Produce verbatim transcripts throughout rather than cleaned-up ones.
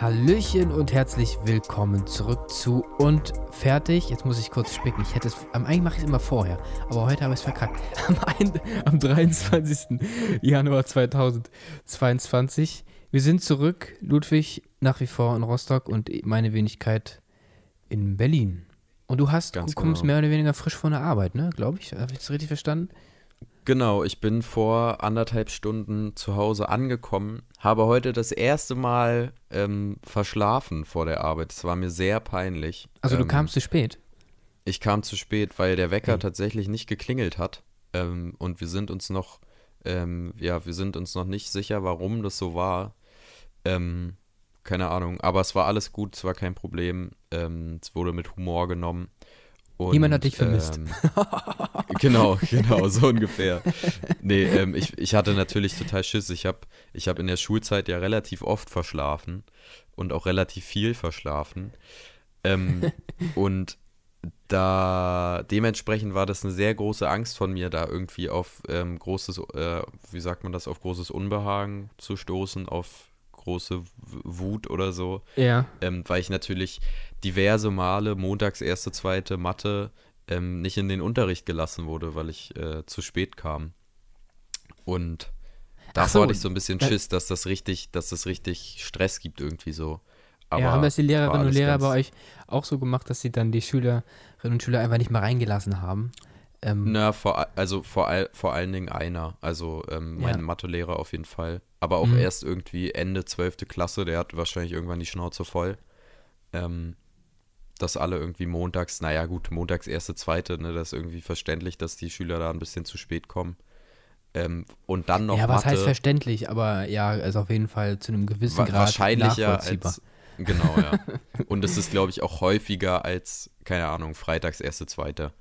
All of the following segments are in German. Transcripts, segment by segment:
Hallöchen und herzlich willkommen zurück zu Und fertig. Jetzt muss ich kurz spicken. Ich hätte es, am eigentlich mache ich es immer vorher, aber heute habe ich es verkackt. Am, ein, am dreiundzwanzigsten Januar zweitausendzweiundzwanzig. Wir sind zurück, Ludwig nach wie vor in Rostock und meine Wenigkeit in Berlin. Und du hast, Ganz du kommst genau. mehr oder weniger frisch von der Arbeit, ne? Glaube ich. Habe ich das richtig verstanden? Genau, ich bin vor anderthalb Stunden zu Hause angekommen, habe heute das erste Mal ähm, verschlafen vor der Arbeit. Es war mir sehr peinlich. Also du Ähm, kamst zu spät. Ich kam zu spät, weil der Wecker Hey. tatsächlich nicht geklingelt hat. Ähm, und wir sind uns noch, ähm, ja, wir sind uns noch nicht sicher, warum das so war. Ähm, keine Ahnung, aber es war alles gut, es war kein Problem. Ähm, es wurde mit Humor genommen. Und, Niemand hat dich vermisst. Ähm, genau, genau, so ungefähr. Nee, ähm, ich, ich hatte natürlich total Schiss. Ich habe ich hab in der Schulzeit ja relativ oft verschlafen und auch relativ viel verschlafen. Ähm, und da dementsprechend war das eine sehr große Angst von mir, da irgendwie auf ähm, großes, äh, wie sagt man das, auf großes Unbehagen zu stoßen, auf große W- Wut oder so. Ja. Ähm, weil ich natürlich diverse Male montags erste, zweite Mathe ähm, nicht in den Unterricht gelassen wurde, weil ich äh, zu spät kam. Und Ach davor so, hatte ich so ein bisschen da- Schiss, dass das richtig, dass das richtig Stress gibt irgendwie so. Ja, haben das Aber die war Lehrerinnen und alles Lehrer bei ganz, euch auch so gemacht, dass sie dann die Schülerinnen und Schüler einfach nicht mehr reingelassen haben? Ähm, na, vor, a- also vor, all, vor allen Dingen einer, also ähm, ja. mein Mathelehrer auf jeden Fall. Aber auch Mhm. erst irgendwie Ende zwölfte Klasse, der hat wahrscheinlich irgendwann die Schnauze voll. Ähm, dass alle irgendwie montags, naja gut, montags erste, zweite, ne, das ist irgendwie verständlich, dass die Schüler da ein bisschen zu spät kommen. Ähm, und dann noch Ja, was heißt Mathe, verständlich, aber ja, also auf jeden Fall zu einem gewissen wa Grad wahrscheinlicher nachvollziehbar. als, genau, ja. Und es ist, glaube ich, auch häufiger als, keine Ahnung, freitags erste, zweite.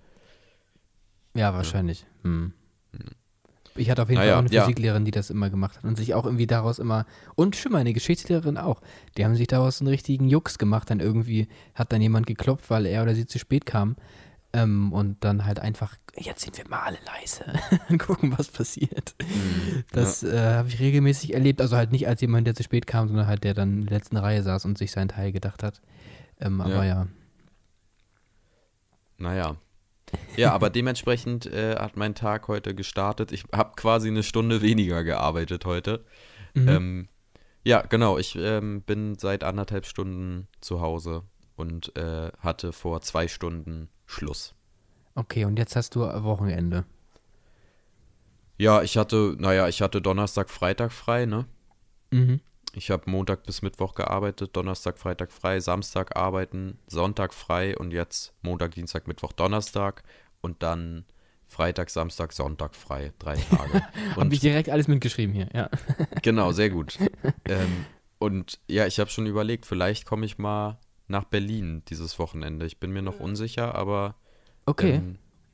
Ja, Ja. wahrscheinlich. Hm. Ich hatte auf jeden Fall auch Naja, eine ja, Physiklehrerin, die das immer gemacht hat und sich auch irgendwie daraus immer, und schon meine Geschichtslehrerin auch, die haben sich daraus einen richtigen Jux gemacht, dann irgendwie hat dann jemand geklopft, weil er oder sie zu spät kam, ähm, und dann halt einfach, jetzt sind wir mal alle leise und gucken, was passiert. mm, ja, Das äh, habe ich regelmäßig erlebt, also halt nicht als jemand, der zu spät kam, sondern halt der dann in der letzten Reihe saß und sich seinen Teil gedacht hat. Ähm, aber ja, ja. naja. Ja, aber dementsprechend äh, hat mein Tag heute gestartet. Ich habe quasi eine Stunde weniger gearbeitet heute. Mhm. Ähm, ja, genau, ich ähm, bin seit anderthalb Stunden zu Hause und äh, hatte vor zwei Stunden Schluss. Okay, und jetzt hast du Wochenende. Ja, ich hatte, naja, ich hatte Donnerstag, Freitag frei, ne? Mhm. Ich habe Montag bis Mittwoch gearbeitet, Donnerstag, Freitag frei, Samstag arbeiten, Sonntag frei und jetzt Montag, Dienstag, Mittwoch, Donnerstag und dann Freitag, Samstag, Sonntag frei, drei Tage. Habe ich Und direkt alles mitgeschrieben hier, ja. genau, sehr gut. Ähm, und ja, ich habe schon überlegt, vielleicht komme ich mal nach Berlin dieses Wochenende. Ich bin mir noch unsicher, aber Okay. ähm,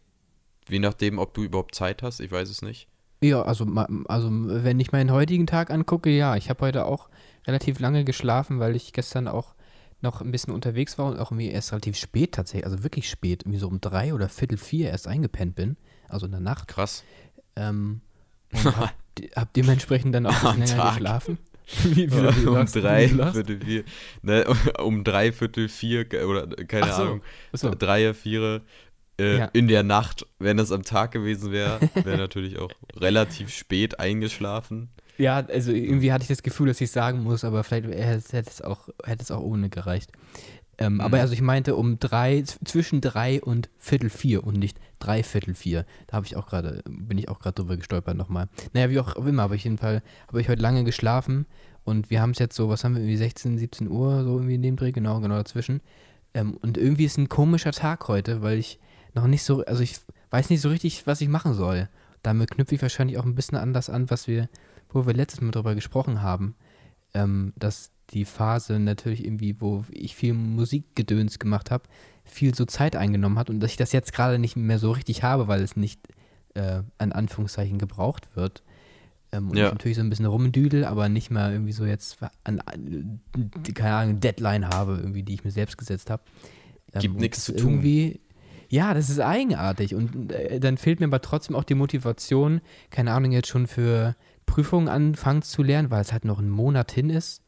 je nachdem, ob du überhaupt Zeit hast, ich weiß es nicht. Ja, also, ma- also wenn ich meinen heutigen Tag angucke, ja, ich habe heute auch relativ lange geschlafen, weil ich gestern auch noch ein bisschen unterwegs war und auch irgendwie erst relativ spät tatsächlich, also wirklich spät, irgendwie so um drei oder viertel vier erst eingepennt bin, also in der Nacht. Krass. Ähm, und hab, de- hab dementsprechend dann auch ein Am bisschen länger Tag. geschlafen. Wie, wie, du um lachst, wie drei, du lachst. Viertel vier, ne, um drei, Viertel vier ke- oder keine Ach so, Ahnung, ach so, drei, vier äh, ja. in der Nacht. Wenn es am Tag gewesen wäre, wäre natürlich auch relativ spät eingeschlafen. Ja, also Ja. irgendwie hatte ich das Gefühl, dass ich sagen muss, aber vielleicht hätte hätte es auch, hätte es auch ohne gereicht. Ähm, aber Mhm. also ich meinte um drei, z- zwischen drei und Viertel vier und nicht drei Viertel vier. Da habe ich auch gerade, bin ich auch gerade drüber gestolpert nochmal. Naja, wie auch immer, aber auf jeden Fall habe ich heute lange geschlafen und wir haben es jetzt so, was haben wir, irgendwie sechzehn, siebzehn Uhr, so irgendwie in dem Dreh, genau, genau dazwischen. Ähm, und irgendwie ist ein komischer Tag heute, weil ich noch nicht so, also ich weiß nicht so richtig, was ich machen soll. Damit knüpfe ich wahrscheinlich auch ein bisschen an das an, was wir, wo wir letztes Mal drüber gesprochen haben, ähm, dass die Phase natürlich irgendwie, wo ich viel Musikgedöns gemacht habe, viel so Zeit eingenommen hat und dass ich das jetzt gerade nicht mehr so richtig habe, weil es nicht äh, an Anführungszeichen gebraucht wird. Ähm, und ich Ja, natürlich so ein bisschen rumdüdel, aber nicht mehr irgendwie so jetzt an, an keine Ahnung, Deadline habe, irgendwie, die ich mir selbst gesetzt habe. Ähm, gibt und nichts das zu ist tun. irgendwie, ja, das ist eigenartig. Und äh, dann fehlt mir aber trotzdem auch die Motivation, keine Ahnung, jetzt schon für Prüfungen anfangen zu lernen, weil es halt noch ein Monat hin ist.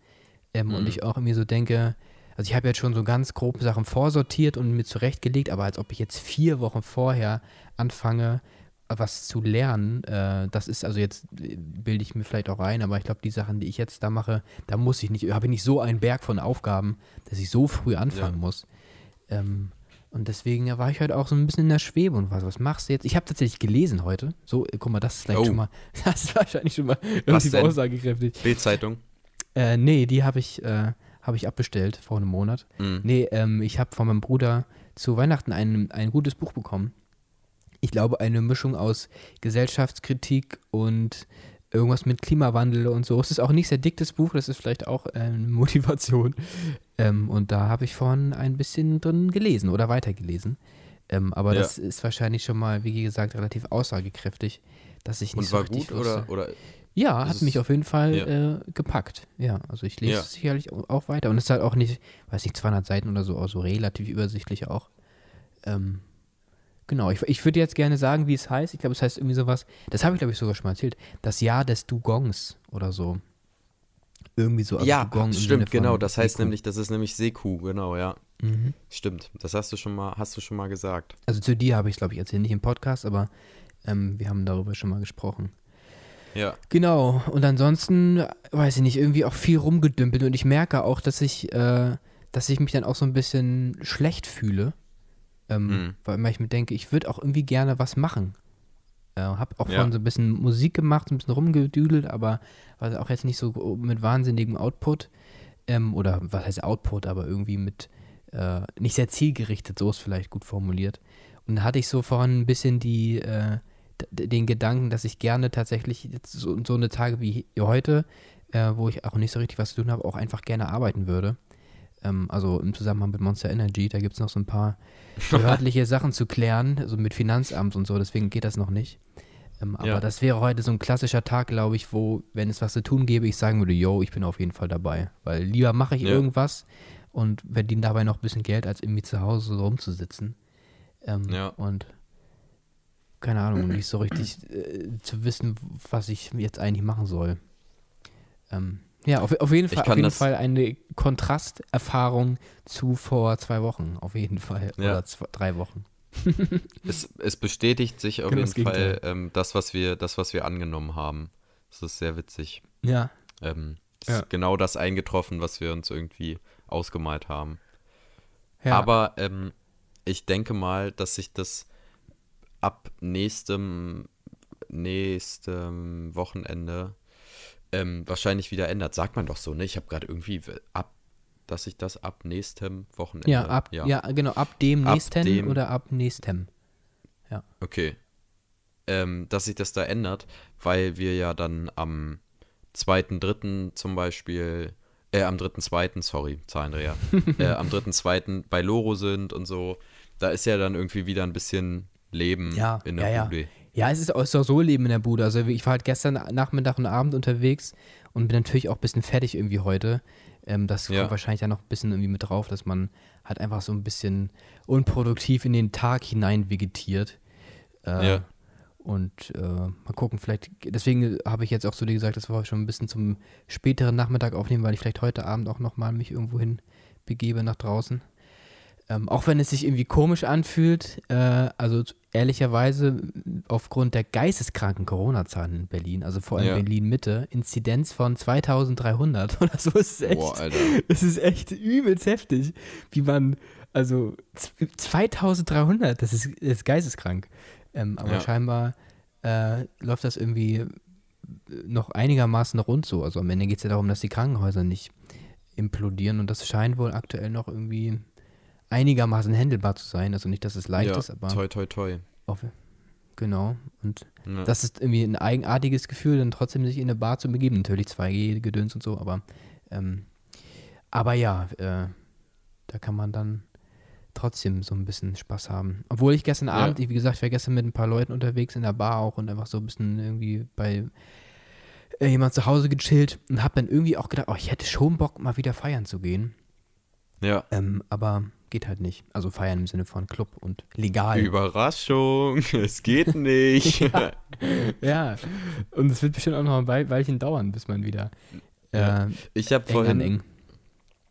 Ähm, Mhm. Und ich auch irgendwie so denke, also ich habe jetzt schon so ganz grob Sachen vorsortiert und mir zurechtgelegt, aber als ob ich jetzt vier Wochen vorher anfange, was zu lernen, äh, das ist, also jetzt äh, bilde ich mir vielleicht auch ein, aber ich glaube, die Sachen, die ich jetzt da mache, da muss ich nicht, habe ich nicht so einen Berg von Aufgaben, dass ich so früh anfangen Ja. muss. Ähm, und deswegen war ich heute auch so ein bisschen in der Schwebe und was, was machst du jetzt? Ich habe tatsächlich gelesen heute. So, äh, guck mal, das ist vielleicht Oh. schon mal, das ist wahrscheinlich schon mal Was relativ denn? aussagekräftig. Bildzeitung. Äh, nee, die habe ich, äh, habe ich abbestellt vor einem Monat. Mhm. Nee, ähm, ich habe von meinem Bruder zu Weihnachten ein, ein gutes Buch bekommen. Ich glaube, eine Mischung aus Gesellschaftskritik und irgendwas mit Klimawandel und so. Es ist auch nicht sehr dick, das Buch, das ist vielleicht auch äh, eine Motivation. Ähm, und da habe ich vorhin ein bisschen drin gelesen oder weitergelesen. Ähm, aber Ja. das ist wahrscheinlich schon mal, wie gesagt, relativ aussagekräftig, dass ich nicht Und so war richtig gut wusste. oder, oder Ja, ist hat es- mich auf jeden Fall ja. äh, gepackt. Ja, also ich lese Ja. es sicherlich au- auch weiter. Und es ist halt auch nicht, weiß nicht, zweihundert Seiten oder so, also relativ übersichtlich auch. Ähm, genau, ich, ich würde jetzt gerne sagen, wie es heißt. Ich glaube, es heißt irgendwie sowas, das habe ich glaube ich sogar schon mal erzählt, das Jahr des Dugongs oder so. Irgendwie so. also Ja, Dugong im Sinne stimmt, von genau. Das heißt Seekuh. nämlich, das ist nämlich Seekuh, genau, ja. Mhm. Stimmt. Das hast du schon mal, hast du schon mal gesagt. Also zu dir habe ich es glaube ich erzählt, nicht im Podcast, aber ähm, wir haben darüber schon mal gesprochen. Ja. Genau, und ansonsten, weiß ich nicht, irgendwie auch viel rumgedümpelt und ich merke auch, dass ich, äh, dass ich mich dann auch so ein bisschen schlecht fühle, ähm, Mhm. weil ich mir denke, ich würde auch irgendwie gerne was machen. Äh, hab auch Ja. vorhin so ein bisschen Musik gemacht, so ein bisschen rumgedüdelt, aber war auch jetzt nicht so mit wahnsinnigem Output, ähm, oder was heißt Output, aber irgendwie mit, äh, nicht sehr zielgerichtet, so ist vielleicht gut formuliert. Und da hatte ich so vorhin ein bisschen die, äh, d- den Gedanken, dass ich gerne tatsächlich jetzt so, so eine Tage wie heute, äh, wo ich auch nicht so richtig was zu tun habe, auch einfach gerne arbeiten würde. Ähm, also im Zusammenhang mit Monster Energy, da gibt es noch so ein paar behördliche Sachen zu klären, also mit Finanzamt und so, deswegen geht das noch nicht. Ähm, aber Ja. das wäre heute so ein klassischer Tag, glaube ich, wo, wenn es was zu tun gäbe, ich sagen würde, yo, ich bin auf jeden Fall dabei. Weil lieber mache ich Ja. irgendwas und verdiene dabei noch ein bisschen Geld, als irgendwie zu Hause so rumzusitzen. Ähm, Ja. Und keine Ahnung, nicht so richtig äh, zu wissen, was ich jetzt eigentlich machen soll. Ähm, ja, auf, auf jeden Ich Fall, auf kann jeden das- Fall eine Kontrasterfahrung zu vor zwei Wochen, auf jeden Fall. Ja. Oder zwei, drei Wochen. Es, es bestätigt sich auf Genau jeden das Fall ähm, das, was wir, das, was wir angenommen haben. Das ist sehr witzig. Ja. Ähm, es Ja. ist genau das eingetroffen, was wir uns irgendwie ausgemalt haben. ja. Aber ähm, ich denke mal, dass sich das ab nächstem, nächstem Wochenende ähm, wahrscheinlich wieder ändert. Sagt man doch so, ne? Ich habe gerade irgendwie ab, dass sich das ab nächstem Wochenende. ja, ab, ja. genau, ab dem Ab nächsten dem- oder ab nächstem. Okay. Ähm, dass sich das da ändert, weil wir ja dann am zweiten dritten zum Beispiel, äh, am dritten zweiten sorry, Zahlendreher, äh, am dritten zweiten bei Loro sind und so. Da ist ja dann irgendwie wieder ein bisschen Leben Ja, in der ja, ja. Bude. Ja, es ist auch, ist auch so Leben in der Bude. Also ich war halt gestern Nachmittag und Abend unterwegs und bin natürlich auch ein bisschen fertig irgendwie heute. Ähm, das Ja. kommt wahrscheinlich dann noch ein bisschen irgendwie mit drauf, dass man halt einfach so ein bisschen unproduktiv in den Tag hinein vegetiert. Äh, Ja. Und äh, mal gucken, vielleicht, deswegen habe ich jetzt auch zu dir gesagt, dass wir schon ein bisschen zum späteren Nachmittag aufnehmen, weil ich vielleicht heute Abend auch nochmal mich irgendwo hin begebe nach draußen. Ähm, auch wenn es sich irgendwie komisch anfühlt, äh, also t- ehrlicherweise aufgrund der geisteskranken Corona-Zahlen in Berlin, also vor allem Ja. Berlin-Mitte, Inzidenz von zweitausenddreihundert oder so, ist es echt, Boah, Alter. es ist echt übelst heftig, wie man, also z- zweitausenddreihundert, das ist, das ist geisteskrank. Ähm, aber Ja. scheinbar äh, läuft das irgendwie äh, noch einigermaßen rund so. Also am Ende geht es ja darum, dass die Krankenhäuser nicht implodieren und das scheint wohl aktuell noch irgendwie einigermaßen handelbar zu sein. Also nicht, dass es leicht Ja, ist, aber toi, toi, toi. auf, genau. Und Ja. das ist irgendwie ein eigenartiges Gefühl, dann trotzdem sich in eine Bar zu begeben. Natürlich zwei G-Gedöns und so, aber ähm, aber ja, äh, da kann man dann trotzdem so ein bisschen Spaß haben. Obwohl ich gestern Ja. Abend, wie gesagt, ich war gestern mit ein paar Leuten unterwegs in der Bar auch und einfach so ein bisschen irgendwie bei äh, jemand zu Hause gechillt und hab dann irgendwie auch gedacht, oh, ich hätte schon Bock, mal wieder feiern zu gehen. Ja. Ähm, aber geht halt nicht. Also feiern im Sinne von Club und legal. Überraschung, es geht nicht. Ja. Ja, und es wird bestimmt auch noch ein Wei- Weilchen dauern, bis man wieder äh, Ja. Ich habe eng an vorhin, eng.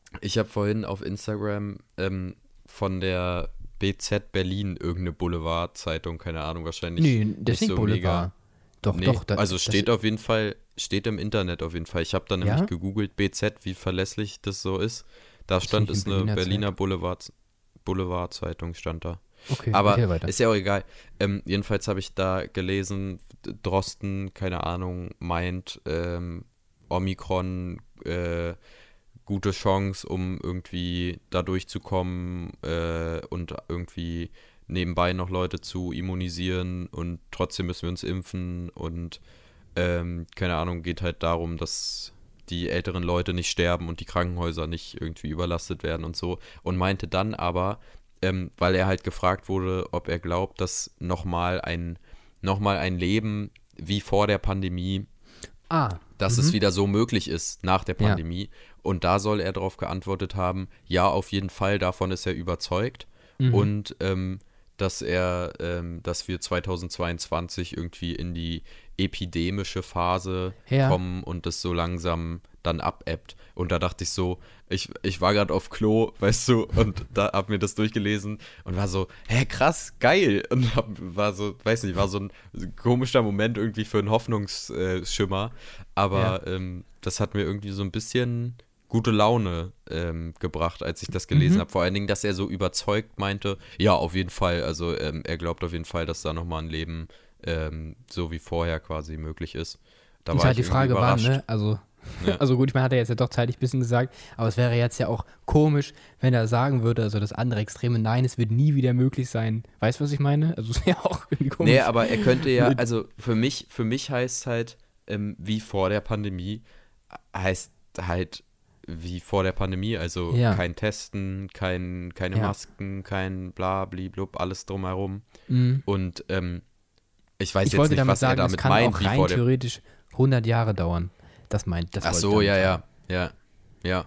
Ich habe vorhin auf Instagram ähm, von der B Z Berlin irgendeine Boulevardzeitung, keine Ahnung, wahrscheinlich Nee, das ist nicht nicht so Boulevard. mega. Doch, Nee, doch. Da, also das, steht auf jeden Fall, steht im Internet auf jeden Fall. Ich habe da nämlich ja? gegoogelt, B Z, wie verlässlich das so ist. Da Ist das stand, nicht in ist eine Berliner Berliner Zeit? Boulevard, Boulevardzeitung, stand da. Okay, Aber erzähl weiter. ist ja auch egal. Ähm, jedenfalls habe ich da gelesen, D- Drosten, keine Ahnung, meint, ähm, Omikron, äh, gute Chance, um irgendwie da durchzukommen äh, und irgendwie nebenbei noch Leute zu immunisieren und trotzdem müssen wir uns impfen und ähm, keine Ahnung, geht halt darum, dass die älteren Leute nicht sterben und die Krankenhäuser nicht irgendwie überlastet werden und so. Und meinte dann aber, ähm, weil er halt gefragt wurde, ob er glaubt, dass nochmal ein, noch mal ein Leben wie vor der Pandemie, Ah, dass es mhm. wieder so möglich ist nach der Ja. Pandemie. Und da soll er darauf geantwortet haben, ja, auf jeden Fall, davon ist er überzeugt. Mhm. Und ähm, dass er, ähm, dass wir zweitausendzweiundzwanzig irgendwie in die epidemische Phase Ja. kommen und das so langsam dann abebbt. Und da dachte ich so, ich, ich war gerade auf Klo, weißt du, und da hab mir das durchgelesen und war so, hä, krass, geil. Und hab, war so, weiß nicht, war so ein komischer Moment irgendwie für einen Hoffnungsschimmer. Aber ähm, das hat mir irgendwie so ein bisschen gute Laune ähm, gebracht, als ich das gelesen Mhm. habe. Vor allen Dingen, dass er so überzeugt meinte, ja, auf jeden Fall, also ähm, er glaubt auf jeden Fall, dass da nochmal ein Leben ähm, so wie vorher quasi möglich ist. Da Ist war halt ich die irgendwie Frage, wann, überrascht. ne? Also, Ja. also gut, ich meine, hat er jetzt ja doch zeitlich ein bisschen gesagt, aber es wäre jetzt ja auch komisch, wenn er sagen würde, also das andere Extreme, nein, es wird nie wieder möglich sein. Weißt du, was ich meine? Also es wäre auch irgendwie komisch. Nee, aber er könnte ja, Mit- also für mich, für mich heißt halt, ähm, wie vor der Pandemie, heißt halt wie vor der Pandemie, also Ja. kein Testen, kein, keine Ja. Masken, kein bla blub, alles drumherum. Mhm. Und ähm, ich weiß Ich jetzt wollte nicht, damit was er sagen, es damit kann meint, auch wie rein vor der. theoretisch hundert Jahre dauern. Das meint, das Ach wollte ich so, damit ja, sagen. ja, ja, ja.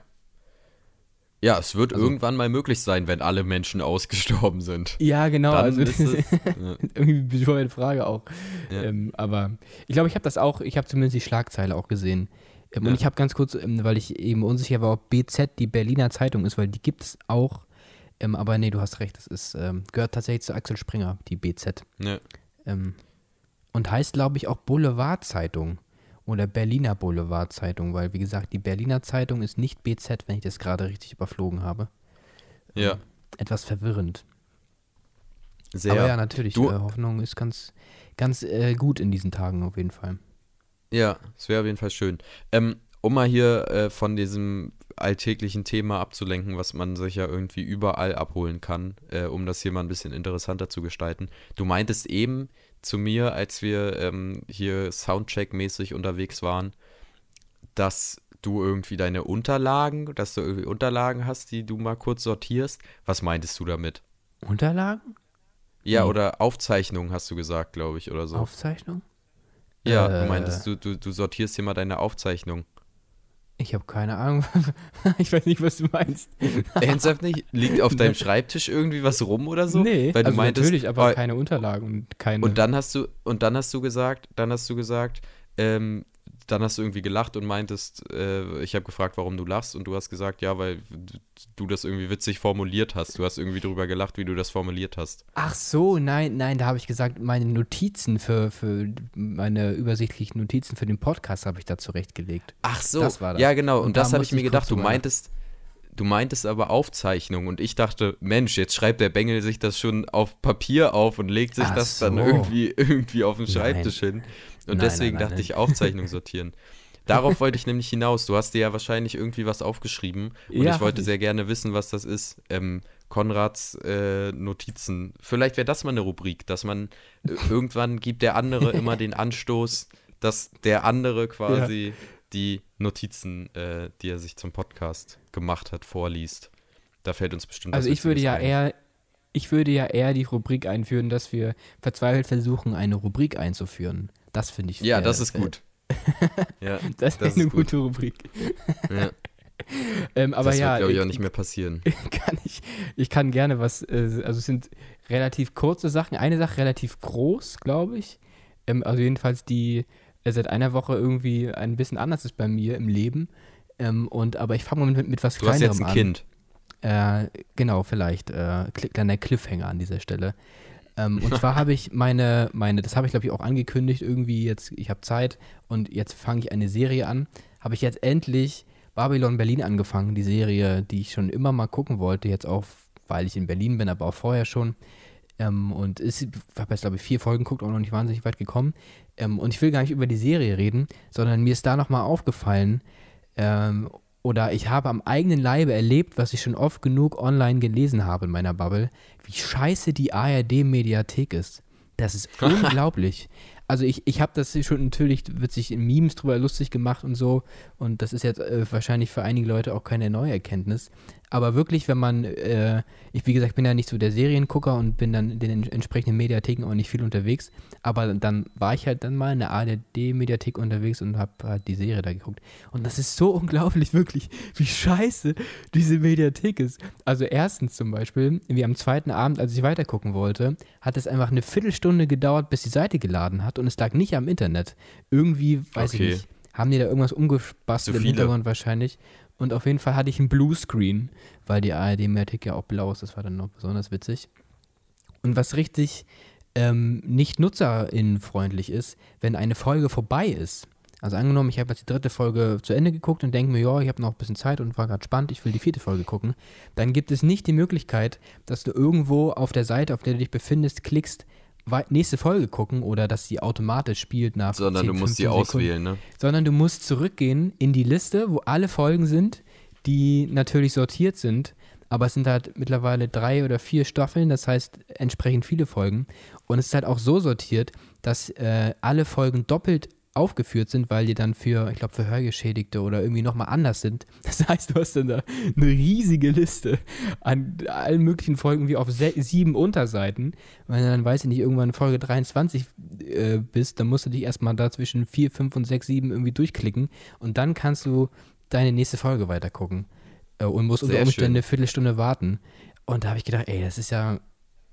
Ja, es wird Also- irgendwann mal möglich sein, wenn alle Menschen ausgestorben sind. Ja, genau, Dann also ist das es. ist Ja, irgendwie eine bescheuerte Frage auch. ja, Ähm, aber ich glaube, ich habe das auch, ich habe zumindest die Schlagzeile auch gesehen. Ähm, Ja. Und ich habe ganz kurz, ähm, weil ich eben unsicher war, ob B Z die Berliner Zeitung ist, weil die gibt es auch. Ähm, aber nee, du hast recht, das ist, ähm, gehört tatsächlich zu Axel Springer, die B Z. ja. Ähm, und heißt, glaube ich, auch Boulevardzeitung oder Berliner Boulevardzeitung, weil, wie gesagt, die Berliner Zeitung ist nicht B Z, wenn ich das gerade richtig überflogen habe. Ja, Etwas verwirrend. sehr. Aber ja, natürlich, Du- äh, Hoffnung ist ganz, ganz äh, gut in diesen Tagen auf jeden Fall. Ja, es wäre auf jeden Fall schön. Ähm, um mal hier äh, von diesem alltäglichen Thema abzulenken, was man sich ja irgendwie überall abholen kann, äh, um das hier mal ein bisschen interessanter zu gestalten. Du meintest eben zu mir, als wir ähm, hier Soundcheck-mäßig unterwegs waren, dass du irgendwie deine Unterlagen, dass du irgendwie Unterlagen hast, die du mal kurz sortierst. Was meintest du damit? Unterlagen? Ja, Wie? oder Aufzeichnungen hast du gesagt, glaube ich, oder so. Aufzeichnung? Ja, Äh. du meintest, du, du, du sortierst hier mal deine Aufzeichnung. Ich habe keine Ahnung. Ich weiß nicht, was du meinst. Ernsthaft nicht? Liegt auf deinem Schreibtisch irgendwie was rum oder so? Nee, Weil du also meintest, natürlich, aber oh, keine Unterlagen und keine. und dann hast du und dann hast du gesagt, dann hast du gesagt, ähm, dann hast du irgendwie gelacht und meintest, äh, ich habe gefragt, warum du lachst und du hast gesagt, ja, weil du das irgendwie witzig formuliert hast. Du hast irgendwie drüber gelacht, wie du das formuliert hast. Ach so, nein, nein, da habe ich gesagt, meine Notizen für, für meine übersichtlichen Notizen für den Podcast habe ich da zurechtgelegt. Ach so, Das war das. ja genau. Und, Und da das habe musste ich mir ich gedacht. kurz Du drüber meintest, du meintest aber Aufzeichnung und ich dachte, Mensch, jetzt schreibt der Bengel sich das schon auf Papier auf und legt sich Ach das dann so. irgendwie irgendwie auf den Nein. Schreibtisch hin. Und Nein, deswegen nein, nein, dachte nein. ich, Aufzeichnung sortieren. Darauf wollte ich nämlich hinaus. Du hast dir ja wahrscheinlich irgendwie was aufgeschrieben und Ja, ich wollte hab ich. sehr gerne wissen, was das ist. Ähm, Konrads äh, Notizen. Vielleicht wäre das mal eine Rubrik, dass man äh, irgendwann gibt der andere immer den Anstoß, dass der andere quasi die Notizen, äh, die er sich zum Podcast gemacht hat, vorliest. Da fällt uns bestimmt Also was ich würde Witziges ja ein. eher, ich würde ja eher die Rubrik einführen, dass wir verzweifelt versuchen, eine Rubrik einzuführen. Das finde ich. Ja, äh, das ist äh, gut. ja, Das, Das ist eine ist gut. gute Rubrik. ja. Ähm, aber das ja, wird, glaube ich, ich- auch nicht mehr passieren. kann ich, ich kann gerne was, äh, also es sind relativ kurze Sachen. Eine Sache relativ groß, glaube ich. Ähm, also jedenfalls die äh, seit einer Woche irgendwie ein bisschen anders ist bei mir im Leben. Ähm, und, aber ich fange mal mit, mit was Du hast Kleinerem jetzt ein an. Kind. Äh, genau, vielleicht. Äh, kleiner Cliffhanger an dieser Stelle. Ähm, und zwar habe ich meine, meine, das habe ich glaube ich auch angekündigt, irgendwie jetzt, ich habe Zeit und jetzt fange ich eine Serie an. Habe ich jetzt endlich Babylon Berlin angefangen, die Serie, die ich schon immer mal gucken wollte, jetzt auch, weil ich in Berlin bin, aber auch vorher schon. Ähm, und ist, ich habe jetzt glaube ich vier Folgen geguckt, auch noch nicht wahnsinnig weit gekommen. Ähm, und ich will gar nicht über die Serie reden, sondern mir ist da nochmal aufgefallen, ähm, oder ich habe am eigenen Leibe erlebt, was ich schon oft genug online gelesen habe in meiner Bubble, wie scheiße die A R D-Mediathek ist. Das ist unglaublich. Also ich, ich habe das schon, natürlich wird sich in Memes drüber lustig gemacht und so, und das ist jetzt äh, wahrscheinlich für einige Leute auch keine neue Erkenntnis. Aber wirklich, wenn man, äh, ich wie gesagt, bin ja nicht so der Seriengucker und bin dann in den entsprechenden Mediatheken auch nicht viel unterwegs, aber dann war ich halt dann mal in der A R D-Mediathek unterwegs und habe halt die Serie da geguckt. Und das ist so unglaublich, wirklich, wie scheiße diese Mediathek ist. Also erstens zum Beispiel, wie am zweiten Abend, als ich weitergucken wollte, hat es einfach eine Viertelstunde gedauert, bis die Seite geladen hat, und es lag nicht am Internet. Irgendwie, weiß Okay. ich nicht, haben die da irgendwas umgebastelt Zu im viele. Hintergrund wahrscheinlich. Und auf jeden Fall hatte ich einen Bluescreen, weil die A R D-Mediathek ja auch blau ist. Das war dann noch besonders witzig. Und was richtig ähm, nicht nutzerinnenfreundlich ist, wenn eine Folge vorbei ist. Also angenommen, ich habe jetzt die dritte Folge zu Ende geguckt und denke mir, ja, ich habe noch ein bisschen Zeit und war gerade spannend, ich will die vierte Folge gucken. Dann gibt es nicht die Möglichkeit, dass du irgendwo auf der Seite, auf der du dich befindest, klickst, wei- nächste Folge gucken, oder dass sie automatisch spielt nach Sondern zehn, du musst die fünfzehn Sekunden. auswählen, ne? Sondern du musst zurückgehen in die Liste, wo alle Folgen sind, die natürlich sortiert sind, aber es sind halt mittlerweile drei oder vier Staffeln, das heißt entsprechend viele Folgen, und es ist halt auch so sortiert, dass äh, alle Folgen doppelt aufgeführt sind, weil die dann für, ich glaube, für Hörgeschädigte oder irgendwie nochmal anders sind. Das heißt, du hast dann da eine riesige Liste an allen möglichen Folgen, wie auf se- sieben Unterseiten. Wenn du dann, weiß ich nicht, irgendwann Folge dreiundzwanzig äh, bist, dann musst du dich erstmal da zwischen vier, fünf und sechs, sieben irgendwie durchklicken, und dann kannst du deine nächste Folge weitergucken äh, und musst unter Sehr Umständen schön. eine Viertelstunde warten. Und da habe ich gedacht, ey, das ist ja,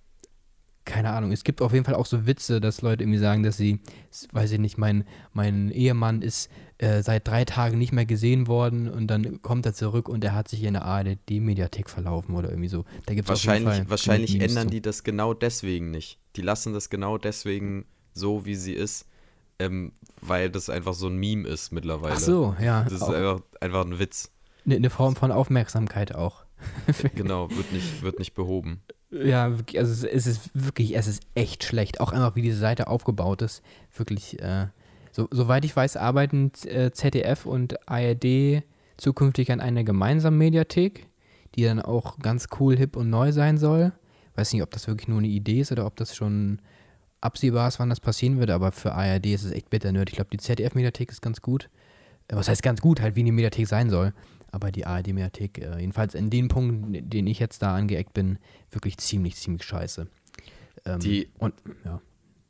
keine Ahnung, es gibt auf jeden Fall auch so Witze, dass Leute irgendwie sagen, dass sie, s- weiß ich nicht, mein, mein Ehemann ist äh, seit drei Tagen nicht mehr gesehen worden, und dann kommt er zurück und er hat sich in der A R D-Mediathek verlaufen oder irgendwie so. Da gibt's auf jeden Fall Wahrscheinlich, wahrscheinlich genug Memes ändern zu. die das genau deswegen nicht. Die lassen das genau deswegen so, wie sie ist, ähm, weil das einfach so ein Meme ist mittlerweile. Ach so, ja. Das ist auch einfach, einfach ein Witz. eine ne Form von Aufmerksamkeit auch. Genau, wird nicht, wird nicht behoben. Ja, wirklich, also es, es ist wirklich, es ist echt schlecht. Auch einfach, wie diese Seite aufgebaut ist. Wirklich, äh, so, soweit ich weiß, arbeiten äh, Z D F und A R D zukünftig an einer gemeinsamen Mediathek, die dann auch ganz cool, hip und neu sein soll. Weiß nicht, ob das wirklich nur eine Idee ist oder ob das schon absehbar ist, wann das passieren wird, aber für A R D ist es echt bitter nötig. Ich glaube, die Z D F-Mediathek ist ganz gut. Äh, Was heißt ganz gut? Halt, wie eine Mediathek sein soll. Aber die A R D-Mediathek, äh, jedenfalls in den Punkten, den ich jetzt da angeeckt bin, wirklich ziemlich, ziemlich scheiße. Ähm, Die und, ja.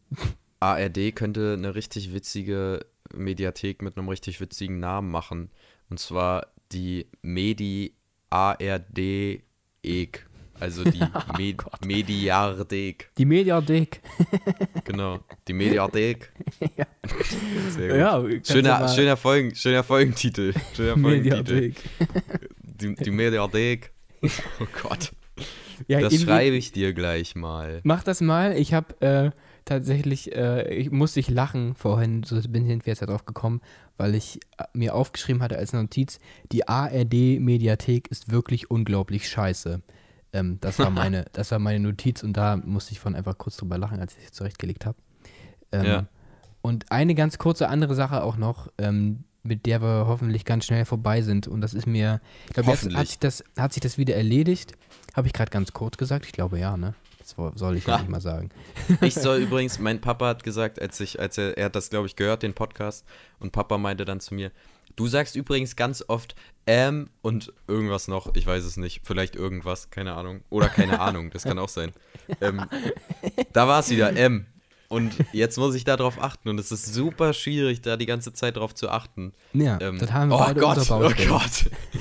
A R D könnte eine richtig witzige Mediathek mit einem richtig witzigen Namen machen. Und zwar die Medi A R D E K. Also die Me Mediathek. Die Mediathek. Genau, die Mediathek. Ja. Sehr gut. Ja, kannst du Schöner, mal- schöner, Folgen, schöner Folgentitel. Schöner Folgentitel. Mediathek. Die, die Mediathek. Oh Gott. Ja, Das irgendwie- schreibe ich dir gleich mal. Mach das mal. Ich habe äh, tatsächlich, äh, ich musste ich lachen vorhin, so bin ich jetzt drauf gekommen, weil ich äh, mir aufgeschrieben hatte als Notiz, die A R D-Mediathek ist wirklich unglaublich scheiße. Ähm, das, war meine, das war meine Notiz, und da musste ich von einfach kurz drüber lachen, als ich es zurechtgelegt habe. Ähm, Ja. Und eine ganz kurze andere Sache auch noch, ähm, mit der wir hoffentlich ganz schnell vorbei sind. Und das ist mir, ich glaube, jetzt Hoffentlich. hat sich, das, hat sich das wieder erledigt. Habe ich gerade ganz kurz gesagt? Ich glaube ja, ne? Das wo- soll ich ja Ja. nicht mal sagen. Ich soll übrigens, mein Papa hat gesagt, als ich, als er, er hat das, glaube ich, gehört, den Podcast, und Papa meinte dann zu mir, du sagst übrigens ganz oft ähm und irgendwas noch, ich weiß es nicht, vielleicht irgendwas, keine Ahnung. Oder keine Ahnung, das kann auch sein. Ähm, da war es wieder, M. Und jetzt muss ich da drauf achten, und es ist super schwierig, da die ganze Zeit drauf zu achten. Ja, Ähm, das haben wir oh beide Gott, unser oh Baustellen. Gott.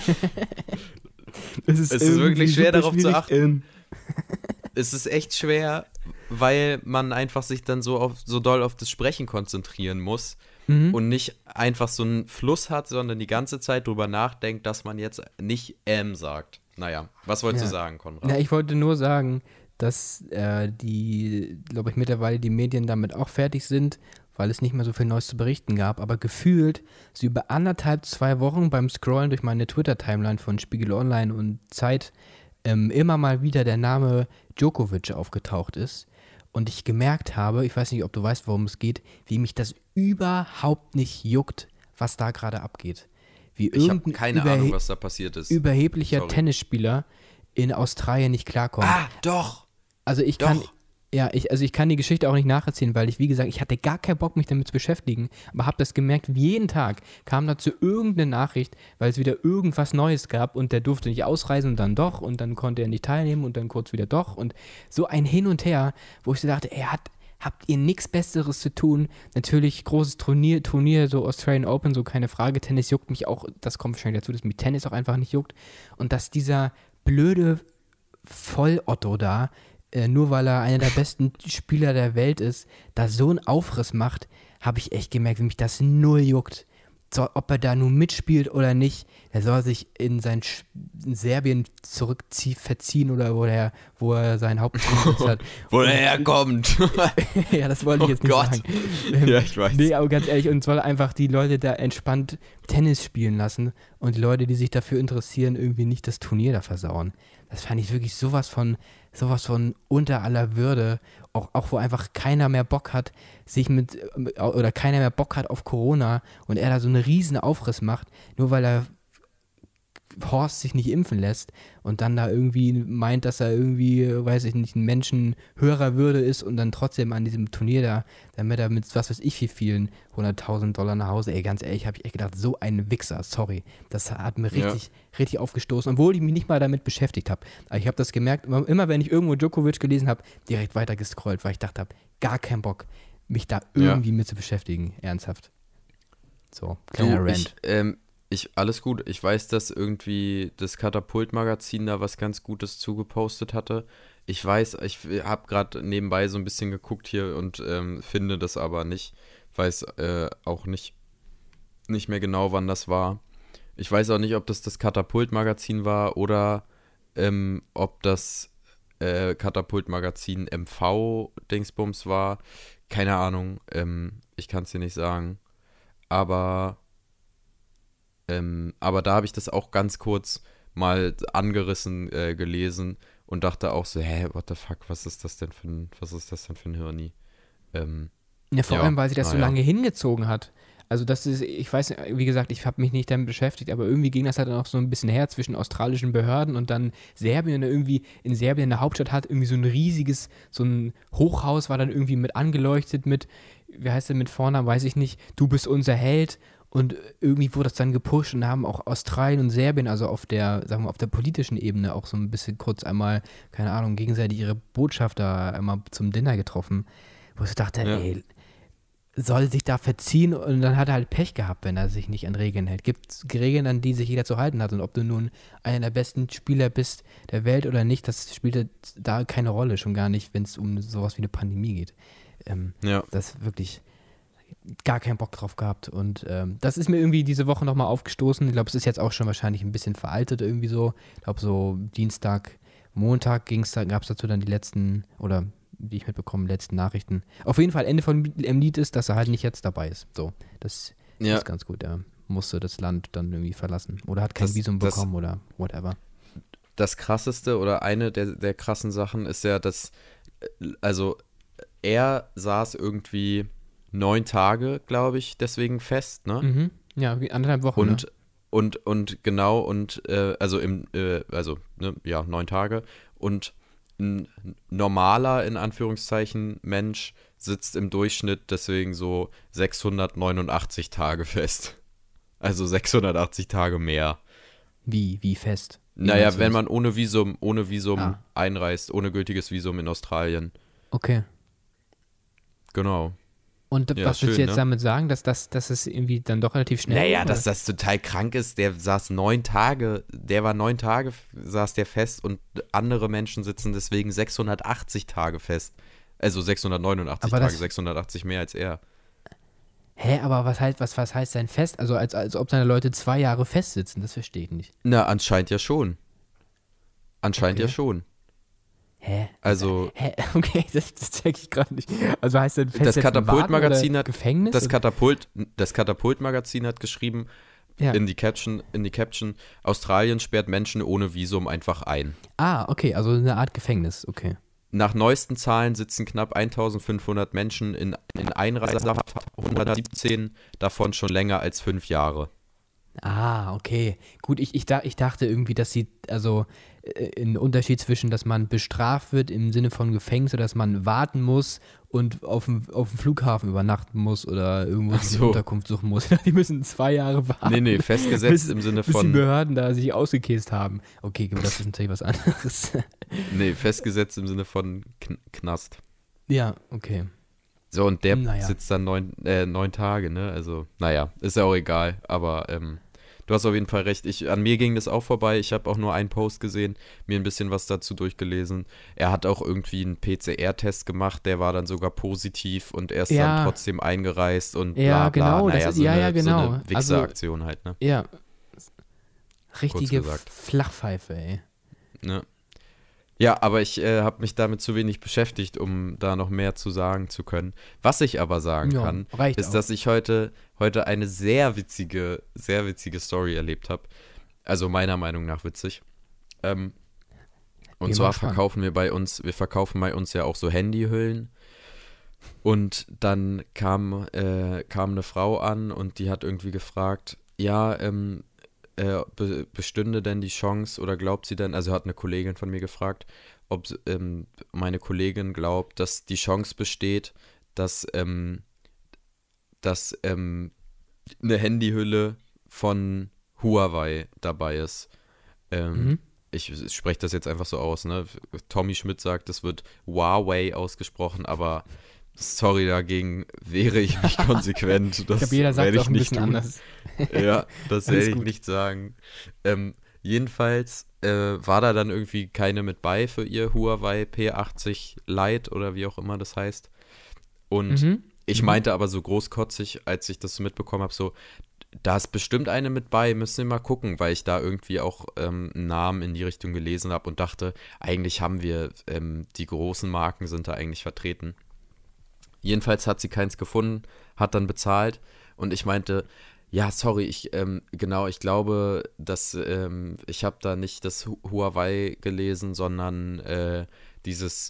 Es Es ist wirklich schwer, darauf zu achten. Es ist echt schwer, weil man einfach sich dann so, auf, so doll auf das Sprechen konzentrieren muss, Mhm. und nicht einfach so einen Fluss hat, sondern die ganze Zeit drüber nachdenkt, dass man jetzt nicht ähm sagt. Naja, was wolltest Ja. du sagen, Konrad? Ja, ich wollte nur sagen, dass äh, die, glaube ich, mittlerweile die Medien damit auch fertig sind, weil es nicht mehr so viel Neues zu berichten gab. Aber gefühlt, so über anderthalb, zwei Wochen beim Scrollen durch meine Twitter-Timeline von Spiegel Online und Zeit ähm, immer mal wieder der Name Djokovic aufgetaucht ist. Und ich gemerkt habe, ich weiß nicht, ob du weißt, worum es geht, wie mich das überhaupt nicht juckt, was da gerade abgeht. Wie Ich habe irgendein keine überhe Ahnung, was da passiert ist. überheblicher Sorry. Tennisspieler in Australien nicht klarkommt. Ah, doch! Also ich kann, Doch. ja, ich, also ich kann die Geschichte auch nicht nacherzählen, weil ich, wie gesagt, ich hatte gar keinen Bock, mich damit zu beschäftigen, aber habe das gemerkt, wie jeden Tag kam dazu irgendeine Nachricht, weil es wieder irgendwas Neues gab und der durfte nicht ausreisen und dann doch und dann konnte er nicht teilnehmen und dann kurz wieder doch und so ein Hin und Her, wo ich so dachte, ey, hat, habt ihr nichts Besseres zu tun? Natürlich großes Turnier, Turnier, so Australian Open, so keine Frage, Tennis juckt mich auch, das kommt wahrscheinlich dazu, dass mich Tennis auch einfach nicht juckt und dass dieser blöde Voll-Otto da, äh, nur weil er einer der besten Spieler der Welt ist, da so einen Aufriss macht, habe ich echt gemerkt, wie mich das null juckt. So, ob er da nun mitspielt oder nicht, er soll sich in sein Sch in Serbien zurückziehen, verziehen oder wo er, wo er seinen Hauptsitz hat. Wo er herkommt. Ja, das wollte ich Oh jetzt nicht Gott. sagen. Ähm, Ja, ich weiß. Nee, aber ganz ehrlich, und soll einfach die Leute da entspannt Tennis spielen lassen und die Leute, die sich dafür interessieren, irgendwie nicht das Turnier da versauen. Das fand ich wirklich sowas von, sowas von unter aller Würde. Auch, auch wo einfach keiner mehr Bock hat, sich mit, oder keiner mehr Bock hat auf Corona und er da so einen riesen Aufriss macht, nur weil er Horst sich nicht impfen lässt und dann da irgendwie meint, dass er irgendwie, weiß ich nicht, ein Menschen höherer Würde ist und dann trotzdem an diesem Turnier da, damit er mit was weiß ich wie vielen hunderttausend Dollar nach Hause, ey, ganz ehrlich, habe ich echt gedacht, so ein Wichser, sorry. Das hat mir richtig, ja. richtig aufgestoßen, obwohl ich mich nicht mal damit beschäftigt habe. Aber ich habe das gemerkt, immer, immer wenn ich irgendwo Djokovic gelesen habe, direkt weiter gescrollt, weil ich dachte habe, gar keinen Bock, mich da irgendwie ja. mit zu beschäftigen, ernsthaft. So, kleiner du, Rant. Ich, ähm, Ich, alles gut. Ich weiß, dass irgendwie das Katapult-Magazin da was ganz Gutes zugepostet hatte. Ich weiß, ich habe gerade nebenbei so ein bisschen geguckt hier und ähm, finde das aber nicht. Weiß äh, auch nicht, nicht mehr genau, wann das war. Ich weiß auch nicht, ob das das Katapult-Magazin war oder ähm, ob das äh, Katapult-Magazin M V-Dingsbums war. Keine Ahnung. Ähm, ich kann es dir nicht sagen. Aber Ähm, aber da habe ich das auch ganz kurz mal angerissen äh, gelesen und dachte auch so, hä, what the fuck, was ist das denn für ein, was ist das denn für ein Hirni? Ähm, ja, vor ja, allem, weil sie das so naja. lange hingezogen hat. Also das ist, ich weiß, wie gesagt, ich habe mich nicht damit beschäftigt, aber irgendwie ging das halt dann auch so ein bisschen her zwischen australischen Behörden und dann Serbien. Und irgendwie in Serbien, in der Hauptstadt, hat irgendwie so ein riesiges, so ein Hochhaus war dann irgendwie mit angeleuchtet mit, wie heißt der mit Vornamen, weiß ich nicht, du bist unser Held. Und irgendwie wurde das dann gepusht und haben auch Australien und Serbien, also auf der, sagen wir, auf der politischen Ebene auch so ein bisschen kurz einmal, keine Ahnung, gegenseitig ihre Botschafter einmal zum Dinner getroffen, wo ich dachte, ja. ey, soll sich da verziehen und dann hat er halt Pech gehabt, wenn er sich nicht an Regeln hält. Gibt es Regeln, an die sich jeder zu halten hat und ob du nun einer der besten Spieler bist der Welt oder nicht, das spielt da keine Rolle, schon gar nicht, wenn es um sowas wie eine Pandemie geht. Ähm, ja. Das ist wirklich gar keinen Bock drauf gehabt und ähm, das ist mir irgendwie diese Woche nochmal aufgestoßen. Ich glaube, es ist jetzt auch schon wahrscheinlich ein bisschen veraltet irgendwie so. Ich glaube, so Dienstag, Montag ging's da, gab es dazu dann die letzten, oder wie ich mitbekomme, letzten Nachrichten. Auf jeden Fall, Ende von dem Lied ist, dass er halt nicht jetzt dabei ist. So, das ja. ist ganz gut. Er musste das Land dann irgendwie verlassen oder hat kein das, Visum bekommen das, oder whatever. Das Krasseste oder eine der, der krassen Sachen ist ja, dass, also er saß irgendwie neun Tage, glaube ich, deswegen fest, ne? Mhm. Ja, wie anderthalb Wochen, und, ne? und, und genau, und äh, also im, äh, also, ne, ja, neun Tage. Und ein normaler, in Anführungszeichen, Mensch sitzt im Durchschnitt deswegen so sechshundertneunundachtzig Tage fest. Also sechshundertachtzig Tage mehr. Wie, wie fest? Wie naja, wenn man ohne Visum, ohne Visum ah. einreist, ohne gültiges Visum in Australien. Okay. Genau. Und ja, was schön, willst du jetzt ne? damit sagen, dass das, dass es irgendwie dann doch relativ schnell Naja, ist, dass das total krank ist. Der saß neun Tage, der war neun Tage, saß der fest und andere Menschen sitzen deswegen sechshundertachtzig Tage fest. Also sechshundertneunundachtzig aber Tage, das, sechshundertachtzig mehr als er. Hä, aber was heißt, was, was heißt denn fest? Also als, als ob seine Leute zwei Jahre festsitzen, das verstehe ich nicht. Na, anscheinend ja schon. Anscheinend Okay. ja schon. Hä? Also, Hä? Okay, das, das check ich gerade nicht. Also heißt denn das festsetzen Katapult-Magazin warten oder hat Gefängnis? das oder? Katapult, das Katapult-Magazin hat geschrieben, Ja. in die Caption, in die Caption, Australien sperrt Menschen ohne Visum einfach ein. Ah, okay, also eine Art Gefängnis, okay. Nach neuesten Zahlen sitzen knapp eintausendfünfhundert Menschen in, in Einreisehaft, hundertsiebzehn davon schon länger als fünf Jahre. Ah, okay. Gut, ich, ich, da, ich dachte irgendwie, dass sie, also äh, ein Unterschied zwischen, dass man bestraft wird im Sinne von Gefängnis oder dass man warten muss und auf dem, auf dem Flughafen übernachten muss oder irgendwo Ach sich so. eine Unterkunft suchen muss. Die müssen zwei Jahre warten. Nee, nee, festgesetzt bis, im Sinne bis die von, Behörden da sich ausgekäst haben. Okay, gut, das ist natürlich was anderes. nee, festgesetzt im Sinne von Kn Knast. Ja, okay. So, und der Naja. sitzt dann neun, äh, neun Tage, ne? Also, naja, ist ja auch egal. Aber ähm, du hast auf jeden Fall recht. Ich, an mir ging das auch vorbei. Ich habe auch nur einen Post gesehen, mir ein bisschen was dazu durchgelesen. Er hat auch irgendwie einen P C R-Test gemacht, der war dann sogar positiv und er ist Ja. dann trotzdem eingereist und bla Ja, bla. genau, das Naja, ist- so ja, eine, ja, genau. So eine Wichser-Aktion halt, ne? Ja. Richtige gesagt. Flachpfeife, ey. Ne? Ja, aber ich äh, habe mich damit zu wenig beschäftigt, um da noch mehr zu sagen zu können. Was ich aber sagen Ja, kann, reicht ist, auch. dass ich heute, heute eine sehr witzige, sehr witzige Story erlebt habe. Also meiner Meinung nach witzig. Ähm, und Bin zwar mal gespannt. verkaufen wir bei uns, wir verkaufen bei uns ja auch so Handyhüllen. Und dann kam, äh, kam eine Frau an und die hat irgendwie gefragt, ja, ähm, äh, be bestünde denn die Chance oder glaubt sie denn, also hat eine Kollegin von mir gefragt, ob ähm, meine Kollegin glaubt, dass die Chance besteht, dass, ähm, dass ähm, eine Handyhülle von Huawei dabei ist. Ähm, Mhm. Ich, ich spreche das jetzt einfach so aus, ne? Tommy Schmidt sagt, es wird Huawei ausgesprochen, aber sorry, dagegen wehre ich mich konsequent. Das Ich glaube, jeder sagt werde es ich auch ein nicht bisschen tun. anders. Ja, das Alles werde ich gut. nicht sagen. Ähm, jedenfalls äh, war da dann irgendwie keine mit bei für ihr Huawei P achtzig Lite oder wie auch immer das heißt. Und Mhm. ich Mhm. meinte aber so großkotzig, als ich das so mitbekommen habe, so, da ist bestimmt eine mit bei, müssen wir mal gucken, weil ich da irgendwie auch ähm, einen Namen in die Richtung gelesen habe und dachte, eigentlich haben wir, ähm, die großen Marken sind da eigentlich vertreten. Jedenfalls hat sie keins gefunden, hat dann bezahlt und ich meinte, ja, sorry, ich, ähm, genau, ich glaube, dass, ähm, ich habe da nicht das Hu- Huawei gelesen, sondern äh, dieses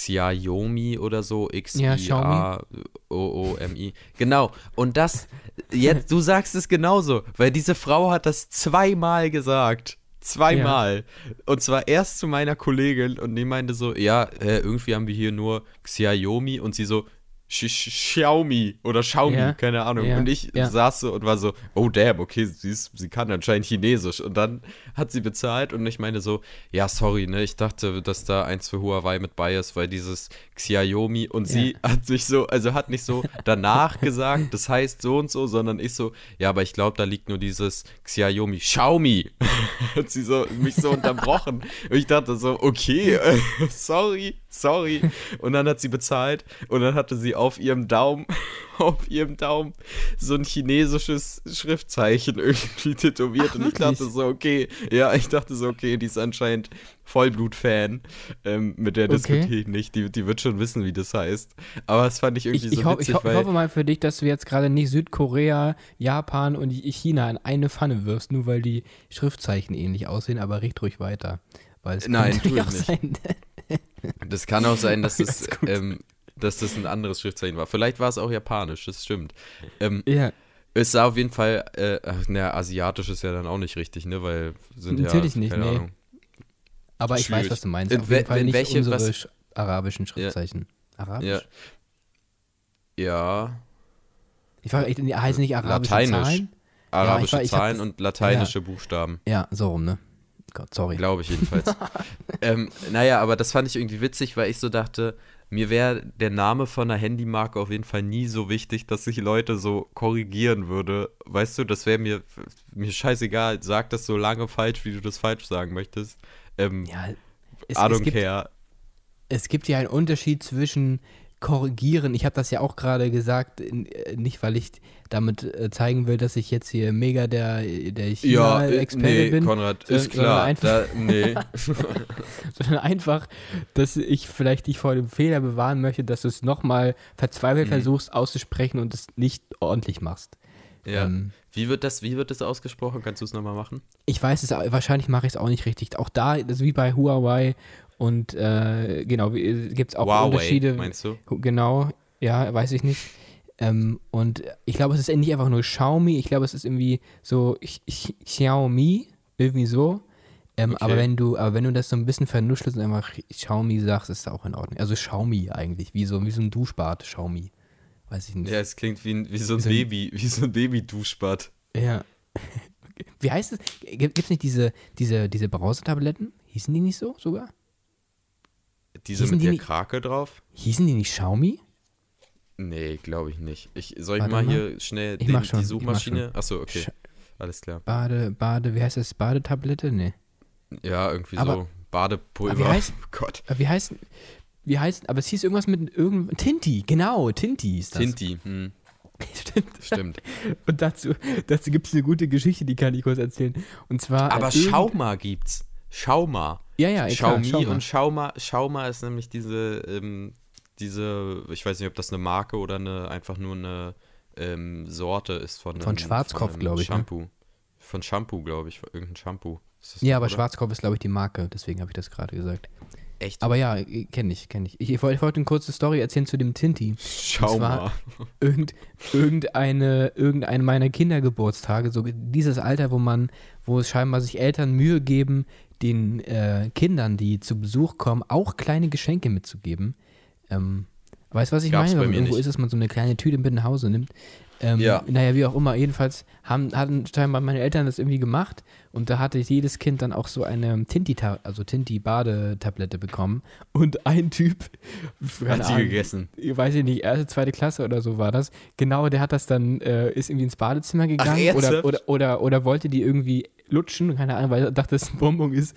Xiaomi oder so, X Ja, I A O O M I. Genau, und das, jetzt, du sagst es genauso, weil diese Frau hat das zweimal gesagt. Zweimal. Und zwar erst zu meiner Kollegin und die meinte so, ja, äh, irgendwie haben wir hier nur Xiaomi und sie so, Sch- Sch- Xiaomi oder Xiaomi, Ja, keine Ahnung. ja, Und ich ja. saß so und war so, oh damn, okay, sie, ist, sie kann anscheinend Chinesisch. Und dann hat sie bezahlt und ich meine so, ja, sorry, ne, ich dachte, dass da eins für Huawei mit bei ist, weil dieses Xiaomi und Ja. sie hat sich so, also hat nicht so danach gesagt, das heißt so und so, sondern ich so, ja, aber ich glaube, da liegt nur dieses Xiaomi, Xiaomi. Hat sie so mich so unterbrochen. Und ich dachte so, okay, äh, sorry, sorry. Und dann hat sie bezahlt und dann hatte sie auf ihrem Daumen, auf ihrem Daumen so ein chinesisches Schriftzeichen irgendwie tätowiert. Ach, und ich wirklich? dachte so, okay, ja, ich dachte so, okay, die ist anscheinend Vollblut-Fan. Ähm, mit der Okay. diskutiere ich nicht. Die, die wird schon wissen, wie das heißt. Aber das fand ich irgendwie Ich, ich, so ho ich, witzig, ho ich weil. hoffe mal für dich, dass du jetzt gerade nicht Südkorea, Japan und China in eine Pfanne wirfst, nur weil die Schriftzeichen ähnlich aussehen, aber richt ruhig weiter. Weil es Nein, könnte tu ich auch nicht. sein. Das kann auch sein, dass das, Alles gut. ähm, dass das ein anderes Schriftzeichen war. Vielleicht war es auch japanisch, das stimmt. Ähm, Ja, es sah auf jeden Fall, äh, ach, na, asiatisch ist ja dann auch nicht richtig, ne, weil sind Natürlich ja, nicht, keine nee. Ahnung. aber ich Schwierig. weiß, was du meinst. In Auf we- jeden Fall in nicht welche- unsere was- sch arabischen Schriftzeichen. Arabisch? Ja. Ja, Ich frage, die heißen nicht arabische Lateinisch. Zahlen? arabische ich- ich hab Zahlen das- und lateinische Buchstaben, Ja, so rum, ne? Gott, sorry. glaube ich jedenfalls. ähm, naja, aber das fand ich irgendwie witzig, weil ich so dachte, mir wäre der Name von einer Handymarke auf jeden Fall nie so wichtig, dass sich Leute so korrigieren würde. Weißt du, das wäre mir, mir scheißegal. Sag das so lange falsch, wie du das falsch sagen möchtest. Ähm, Ja, es, I es, don't gibt, care. es gibt ja einen Unterschied zwischen korrigieren. Ich habe das ja auch gerade gesagt, in, äh, nicht weil ich damit äh, zeigen will, dass ich jetzt hier mega der, der Ja, äh, China-Experte nee, bin. Konrad, sondern- ist klar. Einfach, Da, nee. sondern einfach, dass ich vielleicht dich vor dem Fehler bewahren möchte, dass du es nochmal verzweifelt Mhm. versuchst auszusprechen und es nicht ordentlich machst. Ja. Ähm, Wie wird das, wie wird das ausgesprochen? Kannst du es nochmal machen? Ich weiß es, au- wahrscheinlich mache ich es auch nicht richtig. Auch da, das ist wie bei Huawei und äh, genau, gibt es auch Huawei, Unterschiede. meinst du? Genau, ja, weiß ich nicht. Ähm, und ich glaube, es ist nicht einfach nur Xiaomi, ich glaube, es ist irgendwie so Ch- Ch- Xiaomi, irgendwie so. Ähm, Okay. aber wenn du, aber wenn du das so ein bisschen vernuschelst und einfach Xiaomi sagst, ist das auch in Ordnung. Also Xiaomi eigentlich, wie so, wie so ein Duschbad, Xiaomi. Weiß ich nicht. Ja, es klingt wie, ein, wie so ein Wie so ein- Baby, wie so ein Baby-Duschbad. Ja. Wie heißt es? Gibt es nicht diese, diese, diese Brausetabletten? Hießen die nicht so sogar? Diese Hießen mit die der nicht- Krake drauf? Hießen die nicht Xiaomi? Nee, glaube ich nicht. Ich, soll ich Warte mal mal. hier schnell Ich den, mach schon, die ich mach Suchmaschine? Achso, okay. Sch- Alles klar. Bade, Bade, wie heißt das? Badetablette? Nee. Ja, irgendwie Aber- so. Badepulver. aber wie heißt- oh Gott. Aber wie heißt, wie heißt, aber es hieß irgendwas mit irgendeinem, Tinti, genau, Tinti ist das. Tinti. Hm, Stimmt. stimmt. Und dazu, dazu gibt es eine gute Geschichte, die kann ich kurz erzählen. Und zwar. Aber äh, irgend- Schauma gibt's. Schauma. Ja, ja, klar, Xiaomi schau mal. und Schauma. Schauma ist nämlich diese, ähm, diese, ich weiß nicht, ob das eine Marke oder eine, einfach nur eine ähm, Sorte ist von, Von einem- Schwarzkopf, einem glaub ich, ne? Shampoo. Von Shampoo, glaube ich. Irgendein Shampoo. Ist das Ja, doch, aber oder? Schwarzkopf ist, glaube ich, die Marke, deswegen habe ich das gerade gesagt. Echt? Aber ja, kenne ich, kenne ich. Ich, ich wollte ich wollte eine kurze Story erzählen zu dem Tinti. Schauma. Irgend, irgendeine, irgendeine meiner Kindergeburtstage, so dieses Alter, wo man, wo es scheinbar sich Eltern Mühe geben, den äh, Kindern, die zu Besuch kommen, auch kleine Geschenke mitzugeben. Ähm, weißt du, was ich Gab's meine? bei Wenn mir irgendwo nicht. ist, dass man so eine kleine Tüte mit nach Hause nimmt. Ähm, Ja. Naja, wie auch immer, jedenfalls haben, hatten scheinbar meine Eltern das irgendwie gemacht und da hatte jedes Kind dann auch so eine Tinti, also Tinti-Badetablette bekommen und ein Typ, keine Hat sie Ahnung, gegessen. ich weiß ich nicht, erste, zweite Klasse oder so war das. Genau, der hat das dann, äh, ist irgendwie ins Badezimmer gegangen oder, ernsthaft? oder, oder, oder wollte die irgendwie lutschen, keine Ahnung, weil er dachte, dass es ein Bonbon ist.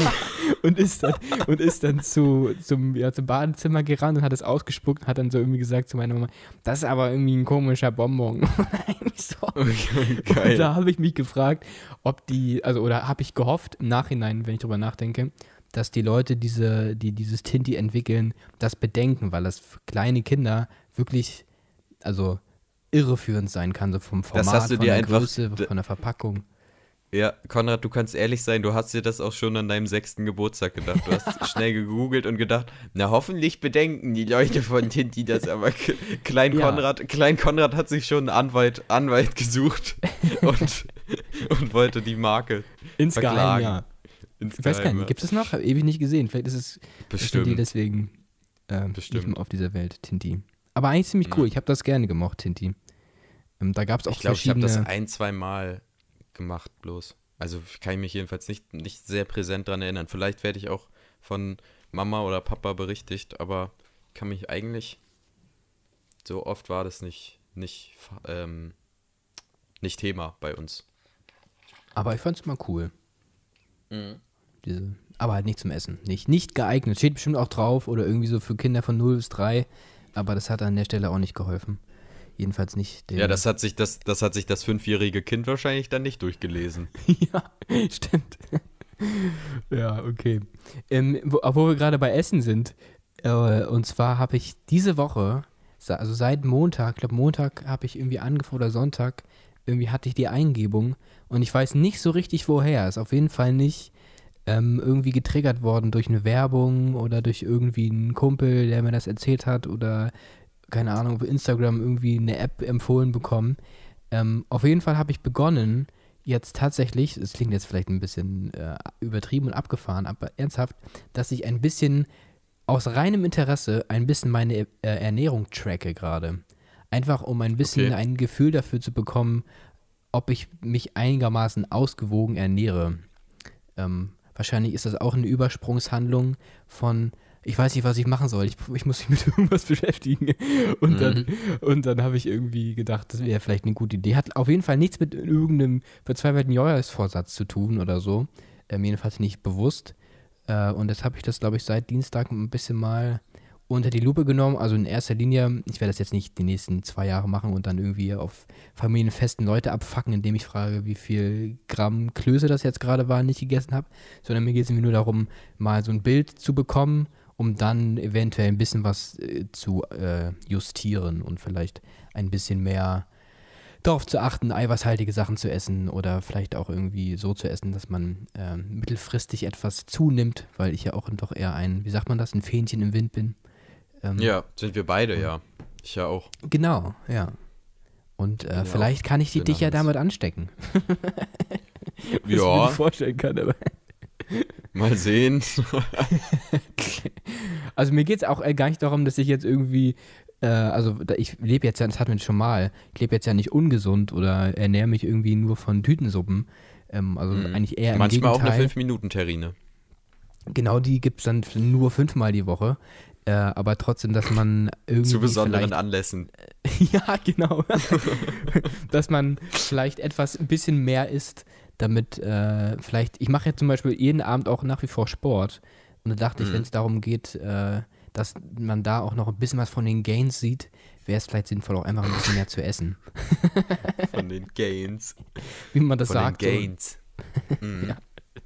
und ist dann, und ist dann zu, zum, ja, zum Badezimmer gerannt und hat es ausgespuckt und hat dann so irgendwie gesagt zu meiner Mama, das ist aber irgendwie ein komischer Bonbon. Eigentlich so. Und Geil. da habe ich mich gefragt, ob die, also oder habe ich gehofft im Nachhinein, wenn ich drüber nachdenke, dass die Leute, diese, die dieses Tinti entwickeln, das bedenken, weil das für kleine Kinder wirklich, also irreführend sein kann, so vom Format, hast du von dir der einfach- Größe, von der Verpackung. Ja, Konrad, du kannst ehrlich sein, du hast dir das auch schon an deinem sechsten Geburtstag gedacht. Du hast schnell gegoogelt und gedacht, na hoffentlich bedenken die Leute von Tinti das, aber K- Klein Ja. Konrad, Klein Konrad hat sich schon einen Anwalt, Anwalt gesucht und, und wollte die Marke Insgeheim, verklagen. ja. ins Ich weiß gar Geheime. nicht, gibt es noch? Habe ewig nicht gesehen. Vielleicht ist es ist die Bestimmt. deswegen ähm, Bestimmt. nicht mehr auf dieser Welt, Tinti. Aber eigentlich ziemlich cool. Ja. Ich habe das gerne gemocht, Tinti. Ähm, da gab es auch Ich glaube, ich habe verschiedene... das ein, zwei Mal gemacht bloß. Also kann ich mich jedenfalls nicht, nicht sehr präsent dran erinnern. Vielleicht werde ich auch von Mama oder Papa berichtigt, aber kann mich eigentlich, so oft war das nicht, nicht, ähm, nicht Thema bei uns. Aber ich fand es mal cool. Diese, aber halt nicht zum Essen. Nicht, nicht geeignet. Steht bestimmt auch drauf oder irgendwie so für Kinder von null bis drei. Aber das hat an der Stelle auch nicht geholfen. Jedenfalls nicht. Den, Ja, das hat sich das, das hat sich das fünfjährige Kind wahrscheinlich dann nicht durchgelesen. ja, stimmt. ja, okay. Ähm, wo, wo wir gerade bei Essen sind, äh, und zwar habe ich diese Woche, sa- also seit Montag, ich glaube Montag habe ich irgendwie angefangen oder Sonntag, irgendwie hatte ich die Eingebung und ich weiß nicht so richtig woher. Ist auf jeden Fall nicht ähm, irgendwie getriggert worden durch eine Werbung oder durch irgendwie einen Kumpel, der mir das erzählt hat oder keine Ahnung, auf Instagram irgendwie eine App empfohlen bekommen. Ähm, auf jeden Fall habe ich begonnen, jetzt tatsächlich, es klingt jetzt vielleicht ein bisschen äh, übertrieben und abgefahren, aber ernsthaft, dass ich ein bisschen aus reinem Interesse ein bisschen meine äh, Ernährung tracke gerade. Einfach um ein bisschen Okay. ein Gefühl dafür zu bekommen, ob ich mich einigermaßen ausgewogen ernähre. Ähm, wahrscheinlich ist das auch eine Übersprungshandlung von, ich weiß nicht, was ich machen soll. Ich, ich muss mich mit irgendwas beschäftigen. Und dann, und dann habe ich irgendwie gedacht, das wäre vielleicht eine gute Idee. Hat auf jeden Fall nichts mit irgendeinem verzweifelten Neujahrsvorsatz zu tun oder so. Ähm, jedenfalls nicht bewusst. Äh, und jetzt habe ich das, glaube ich, seit Dienstag ein bisschen mal unter die Lupe genommen. Also in erster Linie, ich werde das jetzt nicht die nächsten zwei Jahre machen und dann irgendwie auf familienfesten Leute abfacken, indem ich frage, wie viel Gramm Klöße das jetzt gerade waren, die ich gegessen habe, sondern mir geht es irgendwie nur darum, mal so ein Bild zu bekommen, um dann eventuell ein bisschen was äh, zu äh, justieren und vielleicht ein bisschen mehr darauf zu achten, eiweißhaltige Sachen zu essen oder vielleicht auch irgendwie so zu essen, dass man äh, mittelfristig etwas zunimmt, weil ich ja auch doch eher ein, wie sagt man das, ein Fähnchen im Wind bin. Ähm, Ja, sind wir beide, ja. Ich ja auch. Genau, ja. Und äh, Ja, vielleicht kann ich die, dich ja benannt. damit anstecken. Was ich mir Ja, nicht vorstellen kann, aber mal sehen. also mir geht es auch äh, gar nicht darum, dass ich jetzt irgendwie, äh, also da, ich lebe jetzt ja, das hatten wir schon mal, ich lebe jetzt ja nicht ungesund oder ernähre mich irgendwie nur von Tütensuppen. Ähm, also Mhm. eigentlich eher im Manchmal auch eine Gegenteil. fünf minuten terrine Genau, die gibt es dann nur fünfmal die Woche. Äh, aber trotzdem, dass man irgendwie Zu besonderen vielleicht, Anlässen. ja, genau. Dass man vielleicht etwas ein bisschen mehr isst, damit äh, vielleicht, ich mache jetzt zum Beispiel jeden Abend auch nach wie vor Sport. Und da dachte ich, Mhm. wenn es darum geht, äh, dass man da auch noch ein bisschen was von den Gains sieht, wäre es vielleicht sinnvoll, auch einfach ein bisschen mehr zu essen. Von den Gains. Wie man das Von sagt. den Gains. Mhm. Ja.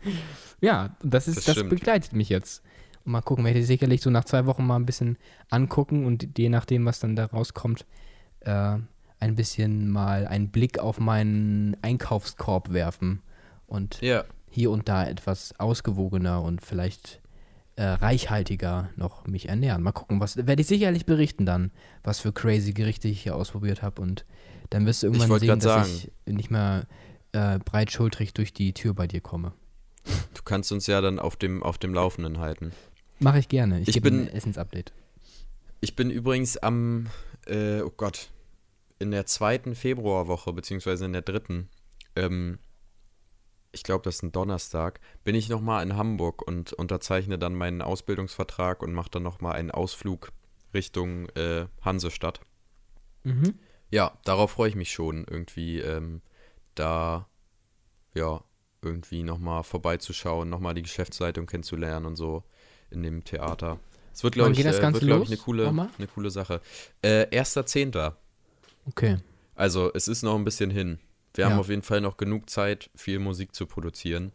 Ja, das ist, Das das, stimmt. begleitet mich jetzt. Und mal gucken, werde ich sicherlich so nach zwei Wochen mal ein bisschen angucken und je nachdem, was dann da rauskommt, äh, ein bisschen mal einen Blick auf meinen Einkaufskorb werfen und Ja, hier und da etwas ausgewogener und vielleicht äh, reichhaltiger noch mich ernähren. Mal gucken, was werde ich sicherlich berichten dann, was für crazy Gerichte ich hier ausprobiert habe und dann wirst du irgendwann wollte sehen, grad dass sagen. ich nicht mehr äh, breitschultrig durch die Tür bei dir komme. du kannst uns ja dann auf dem, auf dem Laufenden halten. Mache ich gerne. Ich, Ich gebe bin- ein Essensupdate. Ich bin übrigens am, äh, oh Gott, in der zweiten Februarwoche, beziehungsweise in der dritten, ähm, ich glaube, das ist ein Donnerstag, bin ich nochmal in Hamburg und unterzeichne dann meinen Ausbildungsvertrag und mache dann nochmal einen Ausflug Richtung äh, Hansestadt. Mhm. Ja, darauf freue ich mich schon, irgendwie ähm, da, ja, irgendwie nochmal vorbeizuschauen, nochmal die Geschäftsleitung kennenzulernen und so in dem Theater. Es wird, glaube Wann ich, geht das äh, Ganze wird, glaub ich, los? eine coole, Nochmal? eine coole Sache. Äh, erster Zehnter Okay. Also es ist noch ein bisschen hin. Wir Ja. haben auf jeden Fall noch genug Zeit, viel Musik zu produzieren.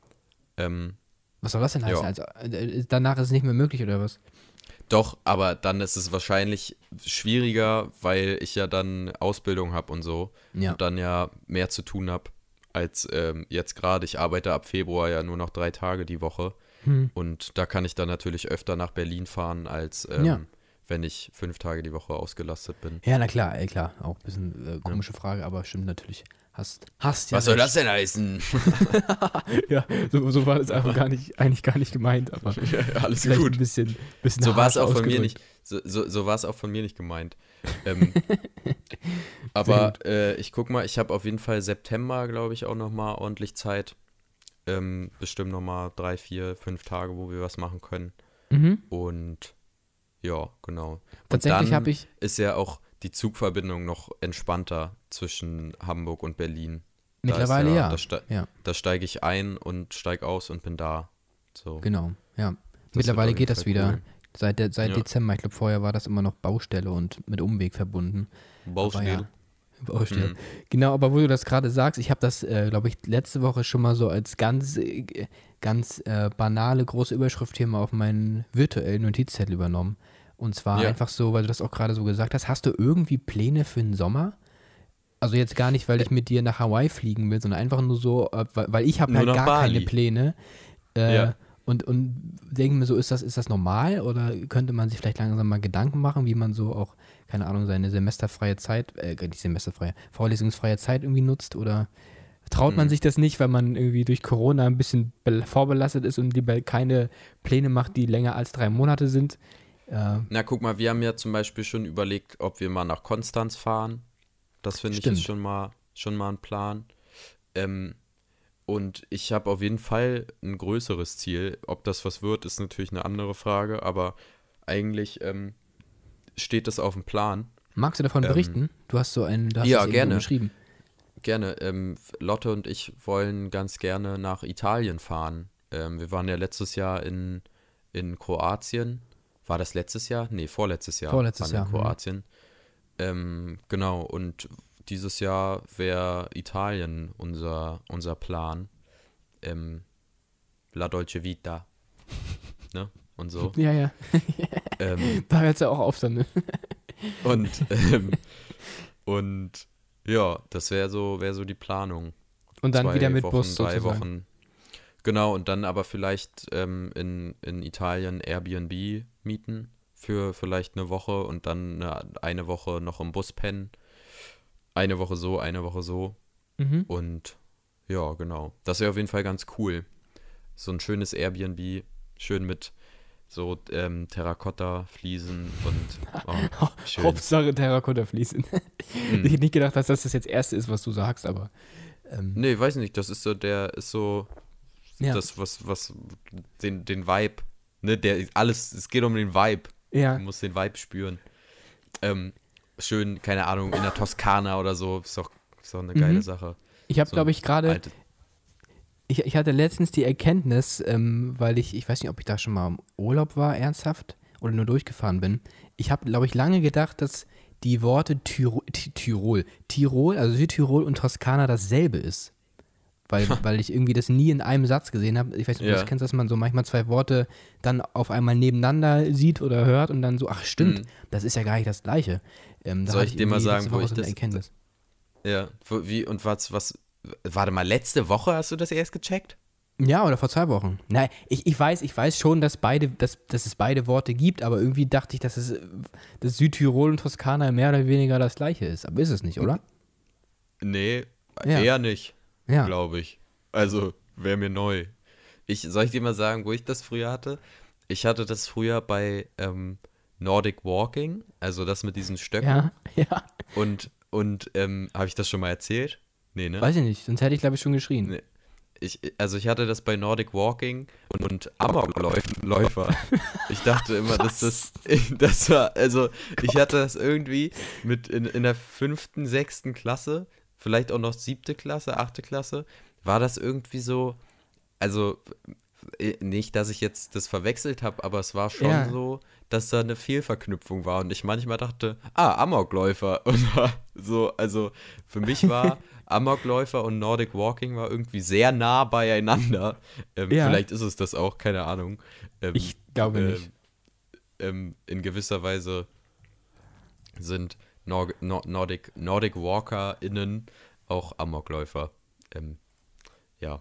Ähm, Was soll das denn heißen? Ja. Also, äh, danach ist es nicht mehr möglich, oder was? doch, aber dann ist es wahrscheinlich schwieriger, weil ich ja dann Ausbildung habe und so Ja. und dann ja mehr zu tun habe als ähm, jetzt gerade. Ich arbeite ab Februar ja nur noch drei Tage die Woche Hm. und da kann ich dann natürlich öfter nach Berlin fahren, als ähm, Ja. wenn ich fünf Tage die Woche ausgelastet bin. Ja, na klar, ey, klar. Auch ein bisschen äh, komische Frage, aber stimmt natürlich. Hast, hast ja Was soll recht. das denn heißen? Ja, so, so war das einfach gar nicht, eigentlich gar nicht gemeint, aber Alles vielleicht gut. ein bisschen, bisschen So war es harsch auch von mir ausgedrückt. nicht. So, so, so war es auch von mir nicht gemeint. Ähm, aber äh, ich guck mal, ich habe auf jeden Fall September, glaube ich, auch noch mal ordentlich Zeit. Ähm, bestimmt noch mal drei, vier, fünf Tage, wo wir was machen können. Mhm. Und ja, genau. Und Tatsächlich dann habe ich, ist ja auch die Zugverbindung noch entspannter zwischen Hamburg und Berlin. Da ist mittlerweile ja. Da, ste Ja, da steige ich ein und steige aus und bin da. So. genau. Ja. Das Mittlerweile wird auf geht jeden das Fall wieder. cool. Seit, der, seit Ja. Dezember. Ich glaube, vorher war das immer noch Baustelle und mit Umweg verbunden. Baustelle. Aber ja, Baustelle. Mhm. Genau, aber wo du das gerade sagst, ich habe das, äh, glaube ich, letzte Woche schon mal so als ganz, äh, ganz äh, banale große Überschrift hier mal auf meinen virtuellen Notizzettel übernommen. Und zwar Ja. einfach so, weil du das auch gerade so gesagt hast, hast du irgendwie Pläne für den Sommer? Also jetzt gar nicht, weil ich mit dir nach Hawaii fliegen will, sondern einfach nur so, äh, weil, weil ich habe Nur halt nach gar Bali. keine Pläne. Äh, Ja. Und, und denke mir so, ist das, ist das normal oder könnte man sich vielleicht langsam mal Gedanken machen, wie man so auch, keine Ahnung, seine semesterfreie Zeit, äh, nicht semesterfreie, vorlesungsfreie Zeit irgendwie nutzt oder traut man Mhm. sich das nicht, weil man irgendwie durch Corona ein bisschen bel- vorbelastet ist und lieber keine Pläne macht, die länger als drei Monate sind? Äh, Na, guck mal, wir haben ja zum Beispiel schon überlegt, ob wir mal nach Konstanz fahren. Das finde ich Stimmt. ist schon mal, schon mal ein Plan. Ähm, und ich habe auf jeden Fall ein größeres Ziel. Ob das was wird, ist natürlich eine andere Frage, aber eigentlich ähm, steht das auf dem Plan. magst du davon Ähm, berichten? Du hast so einen, du hast ja, das irgendwo gerne. geschrieben. Gerne. Ähm, Lotte und ich wollen ganz gerne nach Italien fahren. Ähm, wir waren ja letztes Jahr in, in Kroatien, war das letztes Jahr? Nee, vorletztes Jahr. Vorletztes waren wir Jahr, in Kroatien. Ähm, genau, und dieses Jahr wäre Italien unser, unser Plan. Ähm, La Dolce Vita. Ne? Und so. Ja, ja. Ähm, Da hört es ja auch auf dann, ne? und, ähm, und ja, das wäre so, wär so die Planung. Und dann Zwei wieder mit Wochen, Bus drei sozusagen. Wochen. Genau, und dann aber vielleicht ähm, in, in Italien Airbnb mieten für vielleicht eine Woche und dann eine, eine Woche noch im Bus pennen. Eine Woche so, eine Woche so. Mhm. Und ja, genau. Das wäre auf jeden Fall ganz cool. So ein schönes Airbnb, schön mit so ähm, Terrakotta-Fliesen und oh, schön. Hauptsache Terrakotta-Fliesen. Hm. Ich hätte nicht gedacht, dass das das jetzt Erste ist, was du sagst, aber ähm, Nee, weiß nicht, das ist so, der ist so ja. das, was, was, den, den Vibe, ne, der, alles, es geht um den Vibe. Ja. Du musst den Vibe spüren. Ähm, schön, keine Ahnung, in der Toskana oder so, ist doch, ist doch eine Mhm. geile Sache. Ich habe, So glaube ich, gerade, alte- ich, ich hatte letztens die Erkenntnis, ähm, weil ich, ich weiß nicht, ob ich da schon mal im Urlaub war, ernsthaft, oder nur durchgefahren bin. Ich habe, glaube ich, lange gedacht, dass die Worte Tirol, Tirol, Tirol, also Südtirol und Toskana dasselbe ist. Weil, weil ich irgendwie das nie in einem Satz gesehen habe. Ich weiß nicht, ob du Ja. das kennst, dass man so manchmal zwei Worte dann auf einmal nebeneinander sieht oder hört und dann so, ach stimmt, Mhm. das ist ja gar nicht das Gleiche. Ähm, da Soll hatte ich dir mal irgendwie sagen, letzte wo Woche ich so eine das- Erkenntnis. Ja, wo- wie und was, was, warte mal, letzte Woche hast du das erst gecheckt? Ja, oder vor zwei Wochen. Nein, ich, ich weiß, ich weiß schon, dass beide, dass, dass es beide Worte gibt, aber irgendwie dachte ich, dass es äh, dass Südtirol und Toskana mehr oder weniger das gleiche ist. Aber ist es nicht, oder? Nee, Ja. eher nicht, Ja. glaube ich. Also, wäre mir neu. Ich, soll ich dir mal sagen, wo ich das früher hatte? Ich hatte das früher bei ähm, Nordic Walking, also das mit diesen Stöcken. Ja, ja. Und, und ähm, habe ich das schon mal erzählt? Nee, ne? Weiß ich nicht, sonst hätte ich, glaube ich, schon geschrien. Nee. Ich, also ich hatte das bei Nordic Walking und, und Amokläufer. Ich dachte immer, dass das, das war, also ich hatte das irgendwie mit in, in der fünften, sechsten Klasse, vielleicht auch noch siebte Klasse, achte Klasse, war das irgendwie so, also äh, nicht, dass ich jetzt das verwechselt habe, aber es war schon Ja. so, dass da eine Fehlverknüpfung war und ich manchmal dachte, ah, Amokläufer. Und war so, also für mich war Amokläufer und Nordic Walking war irgendwie sehr nah beieinander. Ähm, Ja. Vielleicht ist es das auch, keine Ahnung. Ähm, Ich glaube ähm, nicht. Ähm, in gewisser Weise sind Nor Nor Nordic, Nordic WalkerInnen auch Amokläufer. Ähm, ja.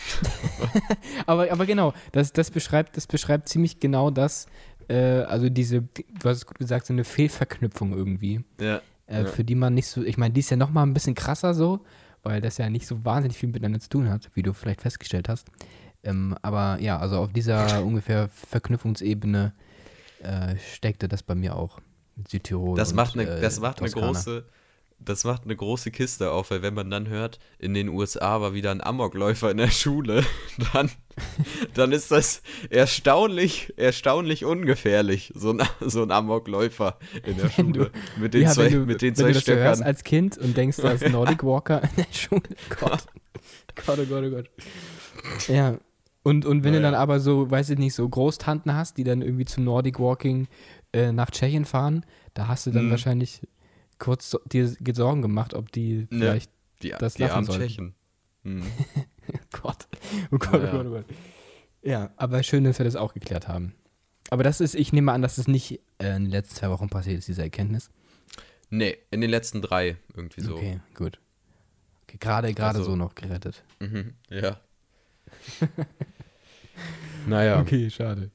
Aber, aber genau, das, das, beschreibt, das beschreibt ziemlich genau das, äh, also diese, du hast es gut gesagt, so eine Fehlverknüpfung irgendwie, Ja. äh, Ja. für die man nicht so, ich meine, die ist ja nochmal ein bisschen krasser so, weil das ja nicht so wahnsinnig viel miteinander zu tun hat, wie du vielleicht festgestellt hast. Ähm, aber ja, also auf dieser ungefähr Verknüpfungsebene äh, steckte das bei mir auch. Mit Südtirol Das und, macht eine, äh, das macht eine Toskana. große, das macht eine große Kiste auf, weil wenn man dann hört, in den U S A war wieder ein Amokläufer in der Schule, dann, dann ist das erstaunlich, erstaunlich ungefährlich, so ein, so ein Amokläufer in der Wenn Schule. mit den Ja, zwei, wenn du, mit den wenn zwei du das so hörst Stöckern. als Kind und denkst, da ist Nordic Walker in der Schule. Gott. Gott, oh Gott, oh Gott. Ja. Und, und wenn du Naja. dann aber so, weiß ich nicht, so Großtanten hast, die dann irgendwie zum Nordic Walking äh, nach Tschechien fahren, da hast du dann Mhm. wahrscheinlich kurz so, dir Sorgen gemacht, ob die Ja. vielleicht, Die, das die lassen armen sollten. Tschechen. Hm. Gott, oh Gott, Naja. oh Gott, oh Gott. Ja, aber schön, dass wir das auch geklärt haben. Aber das ist, ich nehme an, dass es nicht äh, in den letzten zwei Wochen passiert ist, diese Erkenntnis. Nee, in den letzten drei irgendwie so. Okay, gut. Okay, gerade, gerade Also- so noch gerettet. Mhm. Ja. Naja. Okay, schade.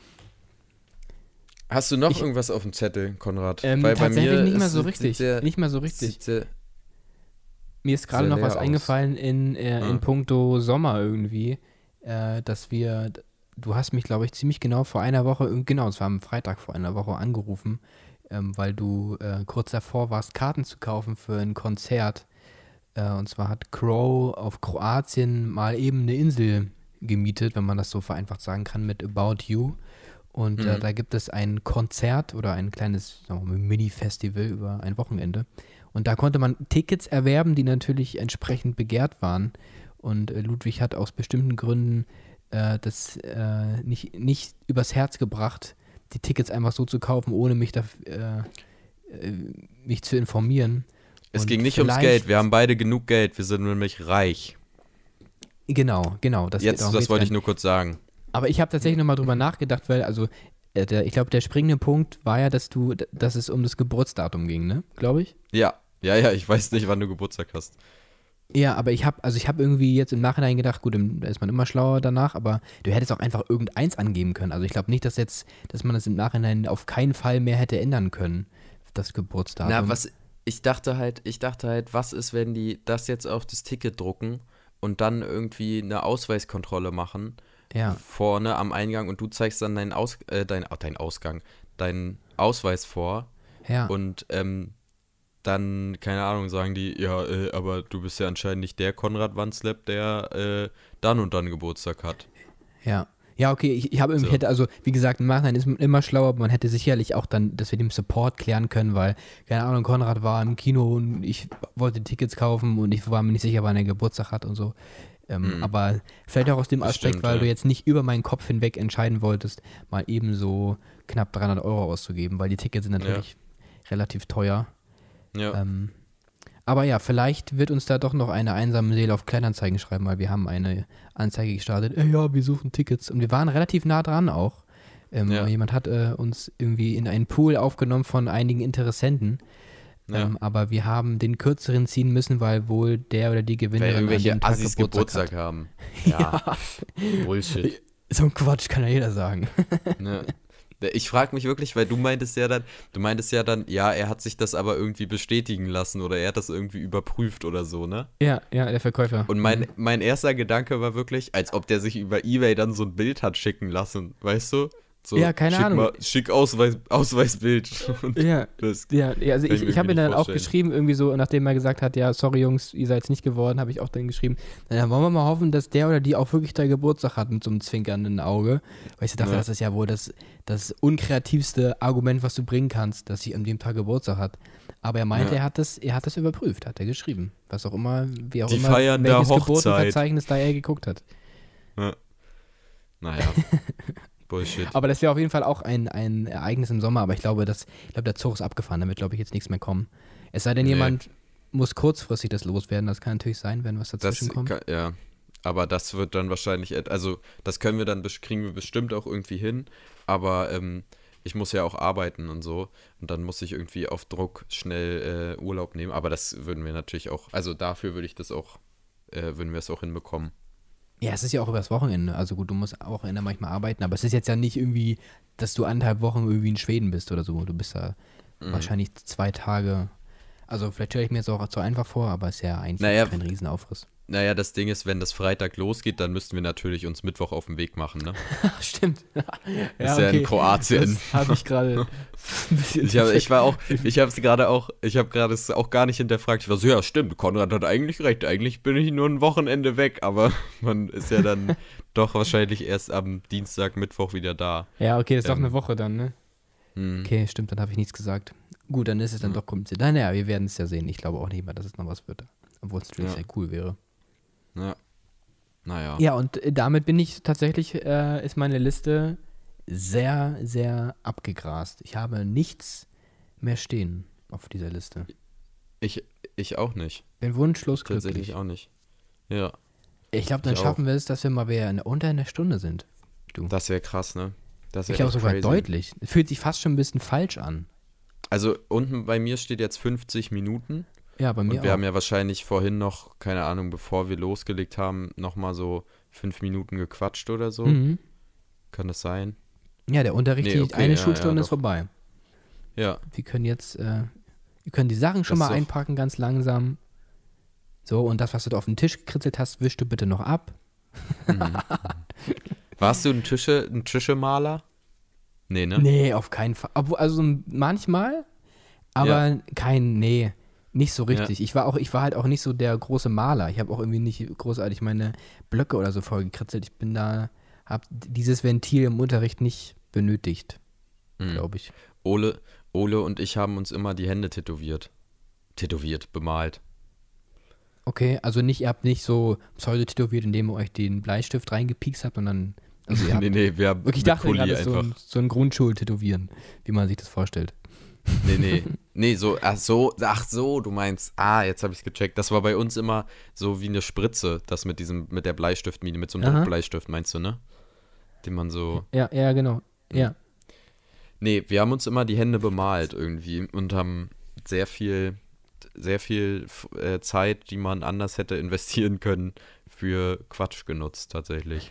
Hast du noch Ich- irgendwas auf dem Zettel, Konrad? Ähm, Weil bei tatsächlich mir nicht mehr ist- so sieht richtig. Sehr, nicht mehr so richtig. Sieht sehr, Mir ist gerade sehr noch leer was aus. eingefallen in, äh, Ah. in puncto Sommer irgendwie, äh, dass wir, du hast mich, glaube ich, ziemlich genau vor einer Woche, äh, genau, es war am Freitag vor einer Woche angerufen, ähm, weil du äh, kurz davor warst, Karten zu kaufen für ein Konzert. Äh, und zwar hat Crow auf Kroatien mal eben eine Insel gemietet, wenn man das so vereinfacht sagen kann, mit About You. Und äh, Mhm. da gibt es ein Konzert oder ein kleines sagen wir mal, Mini-Festival über ein Wochenende. Und da konnte man Tickets erwerben, die natürlich entsprechend begehrt waren. Und äh, Ludwig hat aus bestimmten Gründen äh, das äh, nicht, nicht übers Herz gebracht, die Tickets einfach so zu kaufen, ohne mich, da, äh, äh, mich zu informieren. Es Und ging nicht ums Geld, wir haben beide genug Geld, wir sind nämlich reich. Genau, genau. Das Jetzt, das wollte ich nur kurz sagen. Aber ich habe tatsächlich nochmal drüber nachgedacht, weil, also, äh, der, ich glaube, der springende Punkt war ja, dass du, dass es um das Geburtsdatum ging, ne? Glaube ich. Ja, ja, ja, ich weiß nicht, wann du Geburtstag hast. Ja, aber ich habe, also ich habe irgendwie jetzt im Nachhinein gedacht, gut, da ist man immer schlauer danach, aber du hättest auch einfach irgendeins angeben können. Also ich glaube nicht, dass jetzt, dass man das im Nachhinein auf keinen Fall mehr hätte ändern können, das Geburtsdatum. Na, was, ich dachte halt, ich dachte halt, was ist, wenn die das jetzt auf das Ticket drucken und dann irgendwie eine Ausweiskontrolle machen, ja. vorne am Eingang und du zeigst dann deinen, Aus, äh, dein, deinen Ausgang, deinen Ausweis vor Ja. und ähm, dann, keine Ahnung, sagen die, ja, äh, aber du bist ja anscheinend nicht der Konrad Wansleb, der äh, dann und dann Geburtstag hat. Ja. Ja, okay, ich, ich habe irgendwie, So. hätte, also wie gesagt, im Nachhinein ist man immer schlauer, aber man hätte sicherlich auch dann, dass wir dem Support klären können, weil, keine Ahnung, Konrad war im Kino und ich wollte Tickets kaufen und ich war mir nicht sicher, wann er Geburtstag hat und so. Ähm, Mhm. Aber vielleicht auch aus dem Das Aspekt, stimmt, weil ja. du jetzt nicht über meinen Kopf hinweg entscheiden wolltest, mal eben so knapp dreihundert Euro auszugeben, weil die Tickets sind natürlich relativ teuer. Ja. Ähm, aber ja, vielleicht wird uns da doch noch eine einsame Seele auf Kleinanzeigen schreiben, weil wir haben eine Anzeige gestartet. Ey, ja, wir suchen Tickets. Und wir waren relativ nah dran auch. Ähm, Ja. Jemand hat äh, uns irgendwie in einen Pool aufgenommen von einigen Interessenten. Ja. Ähm, aber wir haben den kürzeren ziehen müssen, weil wohl der oder die Weil Gewinnerin an irgendwelche dem Tag Assis Geburtstag, Geburtstag haben. Ja. Bullshit. So ein Quatsch kann ja jeder sagen. Ne? Ich frage mich wirklich, weil du meintest ja dann, du meintest ja dann, ja, er hat sich das aber irgendwie bestätigen lassen oder er hat das irgendwie überprüft oder so, ne? Ja, ja, der Verkäufer. Und mein, Mhm. mein erster Gedanke war wirklich, als ob der sich über Ebay dann so ein Bild hat schicken lassen, weißt du? So, Ja, keine schick Ahnung. Mal, schick Ausweis, Ausweisbild. Und Ja, das, ja, ja, also kann ich, ich mir ich habe irgendwie ihm dann nicht auch vorstellen. geschrieben, irgendwie so, nachdem er gesagt hat, ja, sorry Jungs, ihr seid es nicht geworden, habe ich auch dann geschrieben, na, dann wollen wir mal hoffen, dass der oder die auch wirklich da Geburtstag hat mit so einem zwinkernden Auge. Weil ich so dachte, Ja. das ist ja wohl das, das unkreativste Argument, was du bringen kannst, dass sie an dem Tag Geburtstag hat. Aber er meinte, Ja. er hat das, er hat das überprüft, hat er geschrieben. Was auch immer, wie auch Die immer, feiern da welches Hochzeit. Geburtenverzeichnis da er geguckt hat. naja, Bullshit. Aber das wäre auf jeden Fall auch ein, ein Ereignis im Sommer, aber ich glaube, das, ich glaube, der Zug ist abgefahren, damit glaube ich jetzt nichts mehr kommen. Es sei denn, Nee. jemand muss kurzfristig das loswerden, das kann natürlich sein, wenn was Das, dazwischen kommt. kann- ja, aber das wird dann wahrscheinlich, et- also das können wir dann, bes- kriegen wir bestimmt auch irgendwie hin, aber ähm, ich muss ja auch arbeiten und so und dann muss ich irgendwie auf Druck schnell äh, Urlaub nehmen, aber das würden wir natürlich auch, also dafür würde ich das auch, äh, würden wir es auch hinbekommen. Ja, es ist ja auch übers Wochenende, also gut, du musst auch Wochenende manchmal arbeiten, aber es ist jetzt ja nicht irgendwie, dass du anderthalb Wochen irgendwie in Schweden bist oder so, du bist da Mhm. wahrscheinlich zwei Tage, also vielleicht stelle ich mir jetzt auch zu einfach vor, aber es ist ja eigentlich Naja, kein Riesenaufriss. Naja, das Ding ist, wenn das Freitag losgeht, dann müssten wir natürlich uns Mittwoch auf den Weg machen, ne? Stimmt. Ist ja in Kroatien. Das habe ich gerade ein bisschen Ich, hab, ich war auch, ich habe es gerade auch, ich habe gerade es auch gar nicht hinterfragt. Ich war so, ja, stimmt, Konrad hat eigentlich recht. Eigentlich bin ich nur ein Wochenende weg, aber man ist ja dann doch wahrscheinlich erst am Dienstag, Mittwoch wieder da. Ja, okay, das ist doch Ähm, eine Woche dann, ne? Hm. Okay, stimmt, dann habe ich nichts gesagt. Gut, dann ist es dann Ja. doch kompliziert. Naja, wir werden es ja sehen. Ich glaube auch nicht mehr, dass es noch was wird. Obwohl es natürlich Ja. sehr cool wäre. Ja. Naja. Ja, und äh, damit bin ich tatsächlich, äh, ist meine Liste sehr, sehr abgegrast. Ich habe nichts mehr stehen auf dieser Liste. Ich, ich auch nicht. Bin wunschlos Tatsächlich glücklich. auch nicht. Ja, Ich glaube, dann ich schaffen wir es, dass wir mal wieder in, unter einer Stunde sind. Du. das wäre krass, ne? Das wär Ich glaube echt sogar crazy. deutlich. Fühlt sich fast schon ein bisschen falsch an. Also unten bei mir steht jetzt fünfzig Minuten. Ja, bei mir Und wir auch. haben ja wahrscheinlich vorhin noch, keine Ahnung, bevor wir losgelegt haben, nochmal so fünf Minuten gequatscht oder so. Mhm. Kann das sein? Ja, der Unterricht, Nee, die okay, eine ja, Schulstunde ja, ist doch. vorbei. Ja. Wir können jetzt, äh, wir können die Sachen schon Das mal ist doch- einpacken, ganz langsam. So, und das, was du da auf den Tisch gekritzelt hast, wischst du bitte noch ab. Mhm. Warst du ein Tische, ein Tischemaler? Nee, ne? Nee, auf keinen Fall. Obwohl, also manchmal, aber kein, nee, nicht so richtig. Ich war auch, ich war halt auch nicht so der große Maler. Ich habe auch irgendwie nicht großartig meine Blöcke oder so voll gekritzelt. Ich bin da, hab dieses Ventil im Unterricht nicht benötigt, Mhm. glaube ich. Ole, Ole und ich haben uns immer die Hände tätowiert. Tätowiert, bemalt. Okay, also nicht, ihr habt nicht so pseudo-tätowiert, indem ihr euch den Bleistift reingepiekst habt und dann Also ihr habt nee, nee, wir haben wirklich mit dachte Pulli gerade so einfach. ein, so ein Grundschul-Tätowieren, wie man sich das vorstellt. Nee, nee. Nee, so, ach so, ach so, du meinst, ah, jetzt habe ich es gecheckt. Das war bei uns immer so wie eine Spritze, das mit diesem, mit der Bleistiftmine, mit so einem Aha. Druckbleistift, meinst du, ne? Den man so. Ja, ja, genau. Ja. Nee, wir haben uns immer die Hände bemalt irgendwie und haben sehr viel, sehr viel äh, Zeit, die man anders hätte investieren können, für Quatsch genutzt, tatsächlich.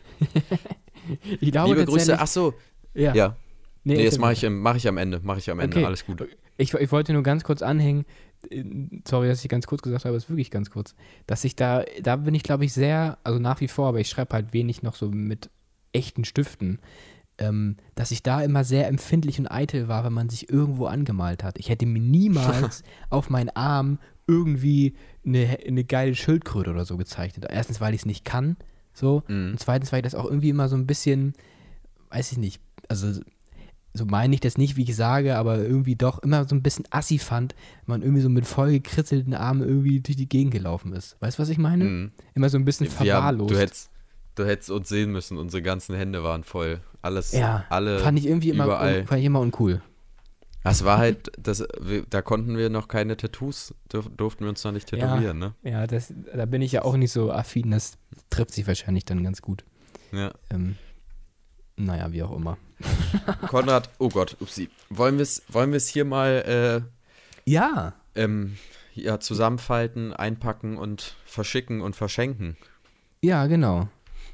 Ich glaube Liebe Grüße, tatsächlich- ach so, Ja. ja. Nee, das erzähl mache mir. ich, im- mach ich am Ende, mache ich am Ende, Okay. alles gut. Ich, ich wollte nur ganz kurz anhängen, äh, sorry, dass ich ganz kurz gesagt habe, ist wirklich ganz kurz, dass ich da, da bin ich glaube ich sehr, also nach wie vor, aber ich schreibe halt wenig noch so mit echten Stiften, ähm, dass ich da immer sehr empfindlich und eitel war, wenn man sich irgendwo angemalt hat. Ich hätte mir niemals auf meinen Arm irgendwie eine, eine geile Schildkröte oder so gezeichnet. Erstens, weil ich es nicht kann, so, Mhm. und zweitens, weil ich das auch irgendwie immer so ein bisschen, weiß ich nicht, also so meine ich das nicht, wie ich sage, aber irgendwie doch immer so ein bisschen assi fand, wenn man irgendwie so mit voll gekritzelten Armen irgendwie durch die Gegend gelaufen ist. Weißt du, was ich meine? Mhm. Immer so ein bisschen Wir haben, verwahrlost. du, hättest, du hättest uns sehen müssen, unsere ganzen Hände waren voll. Alles, ja, alle, fand ich irgendwie immer, überall. un, fand ich immer uncool. Das war halt, das, wir, da konnten wir noch keine Tattoos, durf, durften wir uns noch nicht tätowieren, ne? Ja, das, da bin ich ja auch nicht so affin, das trifft sich wahrscheinlich dann ganz gut. Ja. Ähm, naja, wie auch immer. Konrad, oh Gott, upsie. Wollen wir es wollen wir's hier mal äh, Ja. ähm, ja, zusammenfalten, einpacken und verschicken und verschenken? Ja, genau.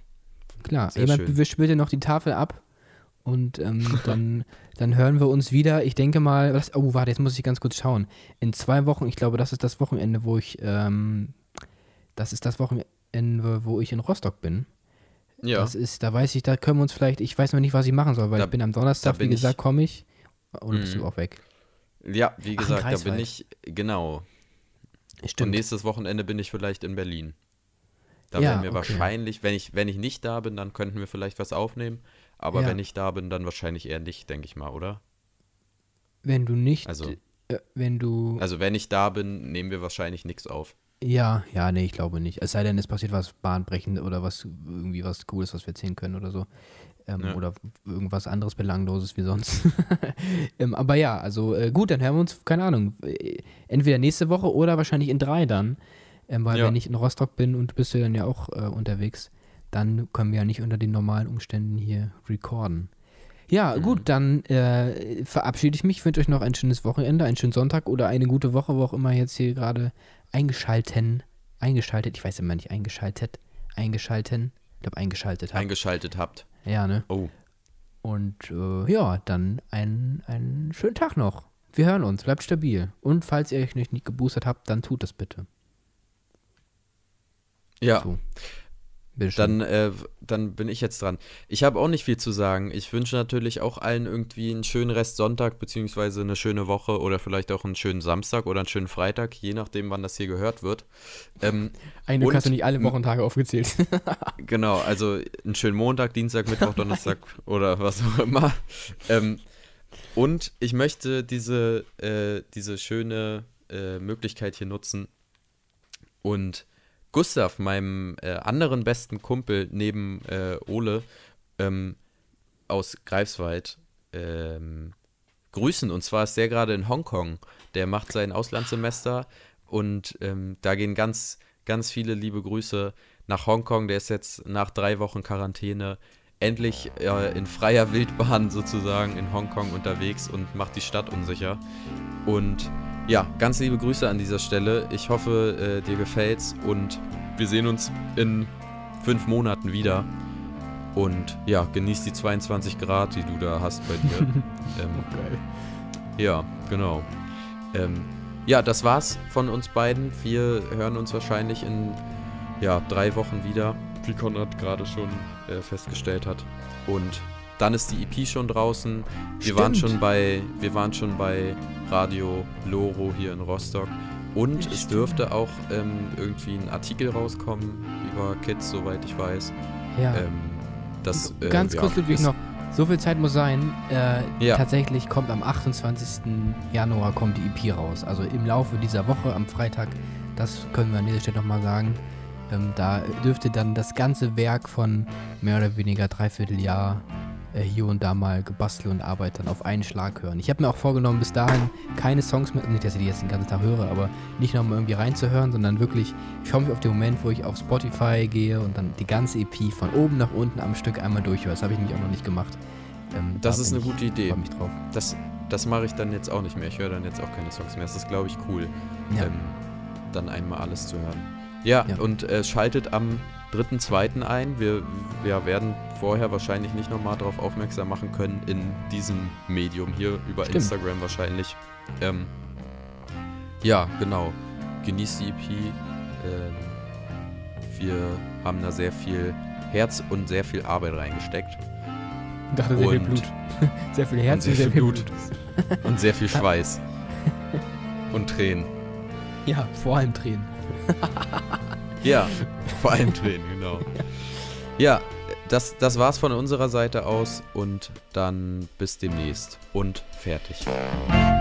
Klar, Sehr jemand schön. wischt bitte noch die Tafel ab und ähm, dann, dann hören wir uns wieder. Ich denke mal, was, oh, warte, jetzt muss ich ganz kurz schauen. In zwei Wochen, ich glaube, das ist das Wochenende, wo ich, ähm, das ist das Wochenende, wo ich in Rostock bin. Ja, Das ist, da weiß ich, da können wir uns vielleicht, ich weiß noch nicht, was ich machen soll, weil Da- ich bin am Donnerstag, da wie bin gesagt, ich- komme ich. Oder bist Mhm. du auch weg? ja, wie Ach, in gesagt, da bin Greifswald. ich, genau. Und Stimmt. nächstes Wochenende bin ich vielleicht in Berlin. Da Ja, werden wir okay. wahrscheinlich, wenn ich, wenn ich nicht da bin, dann könnten wir vielleicht was aufnehmen. Aber Ja. wenn ich da bin, dann wahrscheinlich eher nicht, denke ich mal, oder? Wenn du nicht, Also- äh, wenn du, Also wenn ich da bin, nehmen wir wahrscheinlich nichts auf. ja, ja, nee, ich glaube nicht. Es sei denn, es passiert was bahnbrechendes oder was, irgendwie was Cooles, was wir erzählen können oder so. Ähm, Ja. Oder irgendwas anderes Belangloses wie sonst. ähm, aber ja, also äh, gut, dann hören wir uns, keine Ahnung, äh, entweder nächste Woche oder wahrscheinlich in drei dann. Ähm, weil Ja. wenn ich in Rostock bin und du bist ja dann ja auch äh, unterwegs, dann können wir ja nicht unter den normalen Umständen hier recorden. Ja, Mhm. gut, dann äh, verabschiede ich mich. Ich wünsche euch noch ein schönes Wochenende, einen schönen Sonntag oder eine gute Woche, wo auch immer jetzt hier gerade eingeschalten, eingeschaltet, ich weiß immer nicht, eingeschaltet, eingeschalten, ich glaube eingeschaltet habt. Eingeschaltet habt. Ja, ne? Oh, Und äh, ja, dann einen, einen schönen Tag noch. Wir hören uns, bleibt stabil. Und falls ihr euch noch nicht geboostert habt, dann tut das bitte. ja. So. Bitte schön. Dann, äh, dann bin ich jetzt dran. Ich habe auch nicht viel zu sagen. Ich wünsche natürlich auch allen irgendwie einen schönen Rest Sonntag, beziehungsweise eine schöne Woche oder vielleicht auch einen schönen Samstag oder einen schönen Freitag, je nachdem, wann das hier gehört wird. Ähm, Eigentlich und- hast du nicht alle Wochentage aufgezählt. genau, also einen schönen Montag, Dienstag, Mittwoch, Donnerstag oder was auch immer. Ähm, und ich möchte diese, äh, diese schöne äh, Möglichkeit hier nutzen und Gustav, meinem äh, anderen besten Kumpel neben äh, Ole ähm, aus Greifswald, ähm, grüßen. Und zwar ist der gerade in Hongkong. Der macht sein Auslandssemester und ähm, da gehen ganz, ganz viele liebe Grüße nach Hongkong. Der ist jetzt nach drei Wochen Quarantäne endlich äh, in freier Wildbahn sozusagen in Hongkong unterwegs und macht die Stadt unsicher. Und ja, ganz liebe Grüße an dieser Stelle. Ich hoffe, äh, dir gefällt's und wir sehen uns in fünf Monaten wieder. Und ja, genieß die zweiundzwanzig Grad, die du da hast bei dir. ähm, Geil. ja, genau. Ähm, ja, das war's von uns beiden. Wir hören uns wahrscheinlich in ja, drei Wochen wieder, wie Konrad gerade schon äh, festgestellt hat. Und dann ist die E P schon draußen. Wir waren Stimmt. schon bei, wir waren schon bei Radio Loro hier in Rostock. Und Ja, es stimmt. dürfte auch ähm, irgendwie ein Artikel rauskommen über Kids, soweit ich weiß. Ja. Ähm, das, äh, Ganz ja, kurz, Ludwig, ist- noch. So viel Zeit muss sein. Äh, Ja. Tatsächlich kommt am achtundzwanzigsten Januar kommt die E P raus. Also im Laufe dieser Woche, am Freitag. Das können wir an dieser Stelle nochmal sagen. Ähm, da dürfte dann das ganze Werk von mehr oder weniger Dreivierteljahr äh, hier und da mal gebastelt und Arbeit dann auf einen Schlag hören. Ich habe mir auch vorgenommen, bis dahin keine Songs mehr, nicht, dass ich die jetzt den ganzen Tag höre, aber nicht nochmal irgendwie reinzuhören, sondern wirklich, ich freue mich auf den Moment, wo ich auf Spotify gehe und dann die ganze E P von oben nach unten am Stück einmal durchhöre. Das habe ich nämlich auch noch nicht gemacht. Ähm, Das da ist bin eine ich- gute Idee. freue mich drauf. Das, das mache ich dann jetzt auch nicht mehr. Ich höre dann jetzt auch keine Songs mehr. Das ist, glaube ich, cool, Ja. ähm, dann einmal alles zu hören. Ja, Ja. und äh, schaltet am dritten zweiten ein. Wir, wir werden vorher wahrscheinlich nicht nochmal darauf aufmerksam machen können in diesem Medium hier, über Stimmt. Instagram wahrscheinlich. Ähm, ja, genau. Genießt die E P. Ähm, wir haben da sehr viel Herz und sehr viel Arbeit reingesteckt. Ich dachte, sehr viel Und- Blut. Sehr viel Herz sehr und sehr viel viel Blut. Blut. Und sehr viel Schweiß. Und Tränen. Ja, vor allem Tränen. Ja, vor allem Tränen, genau. Ja, das, das war's von unserer Seite aus und dann bis demnächst und fertig.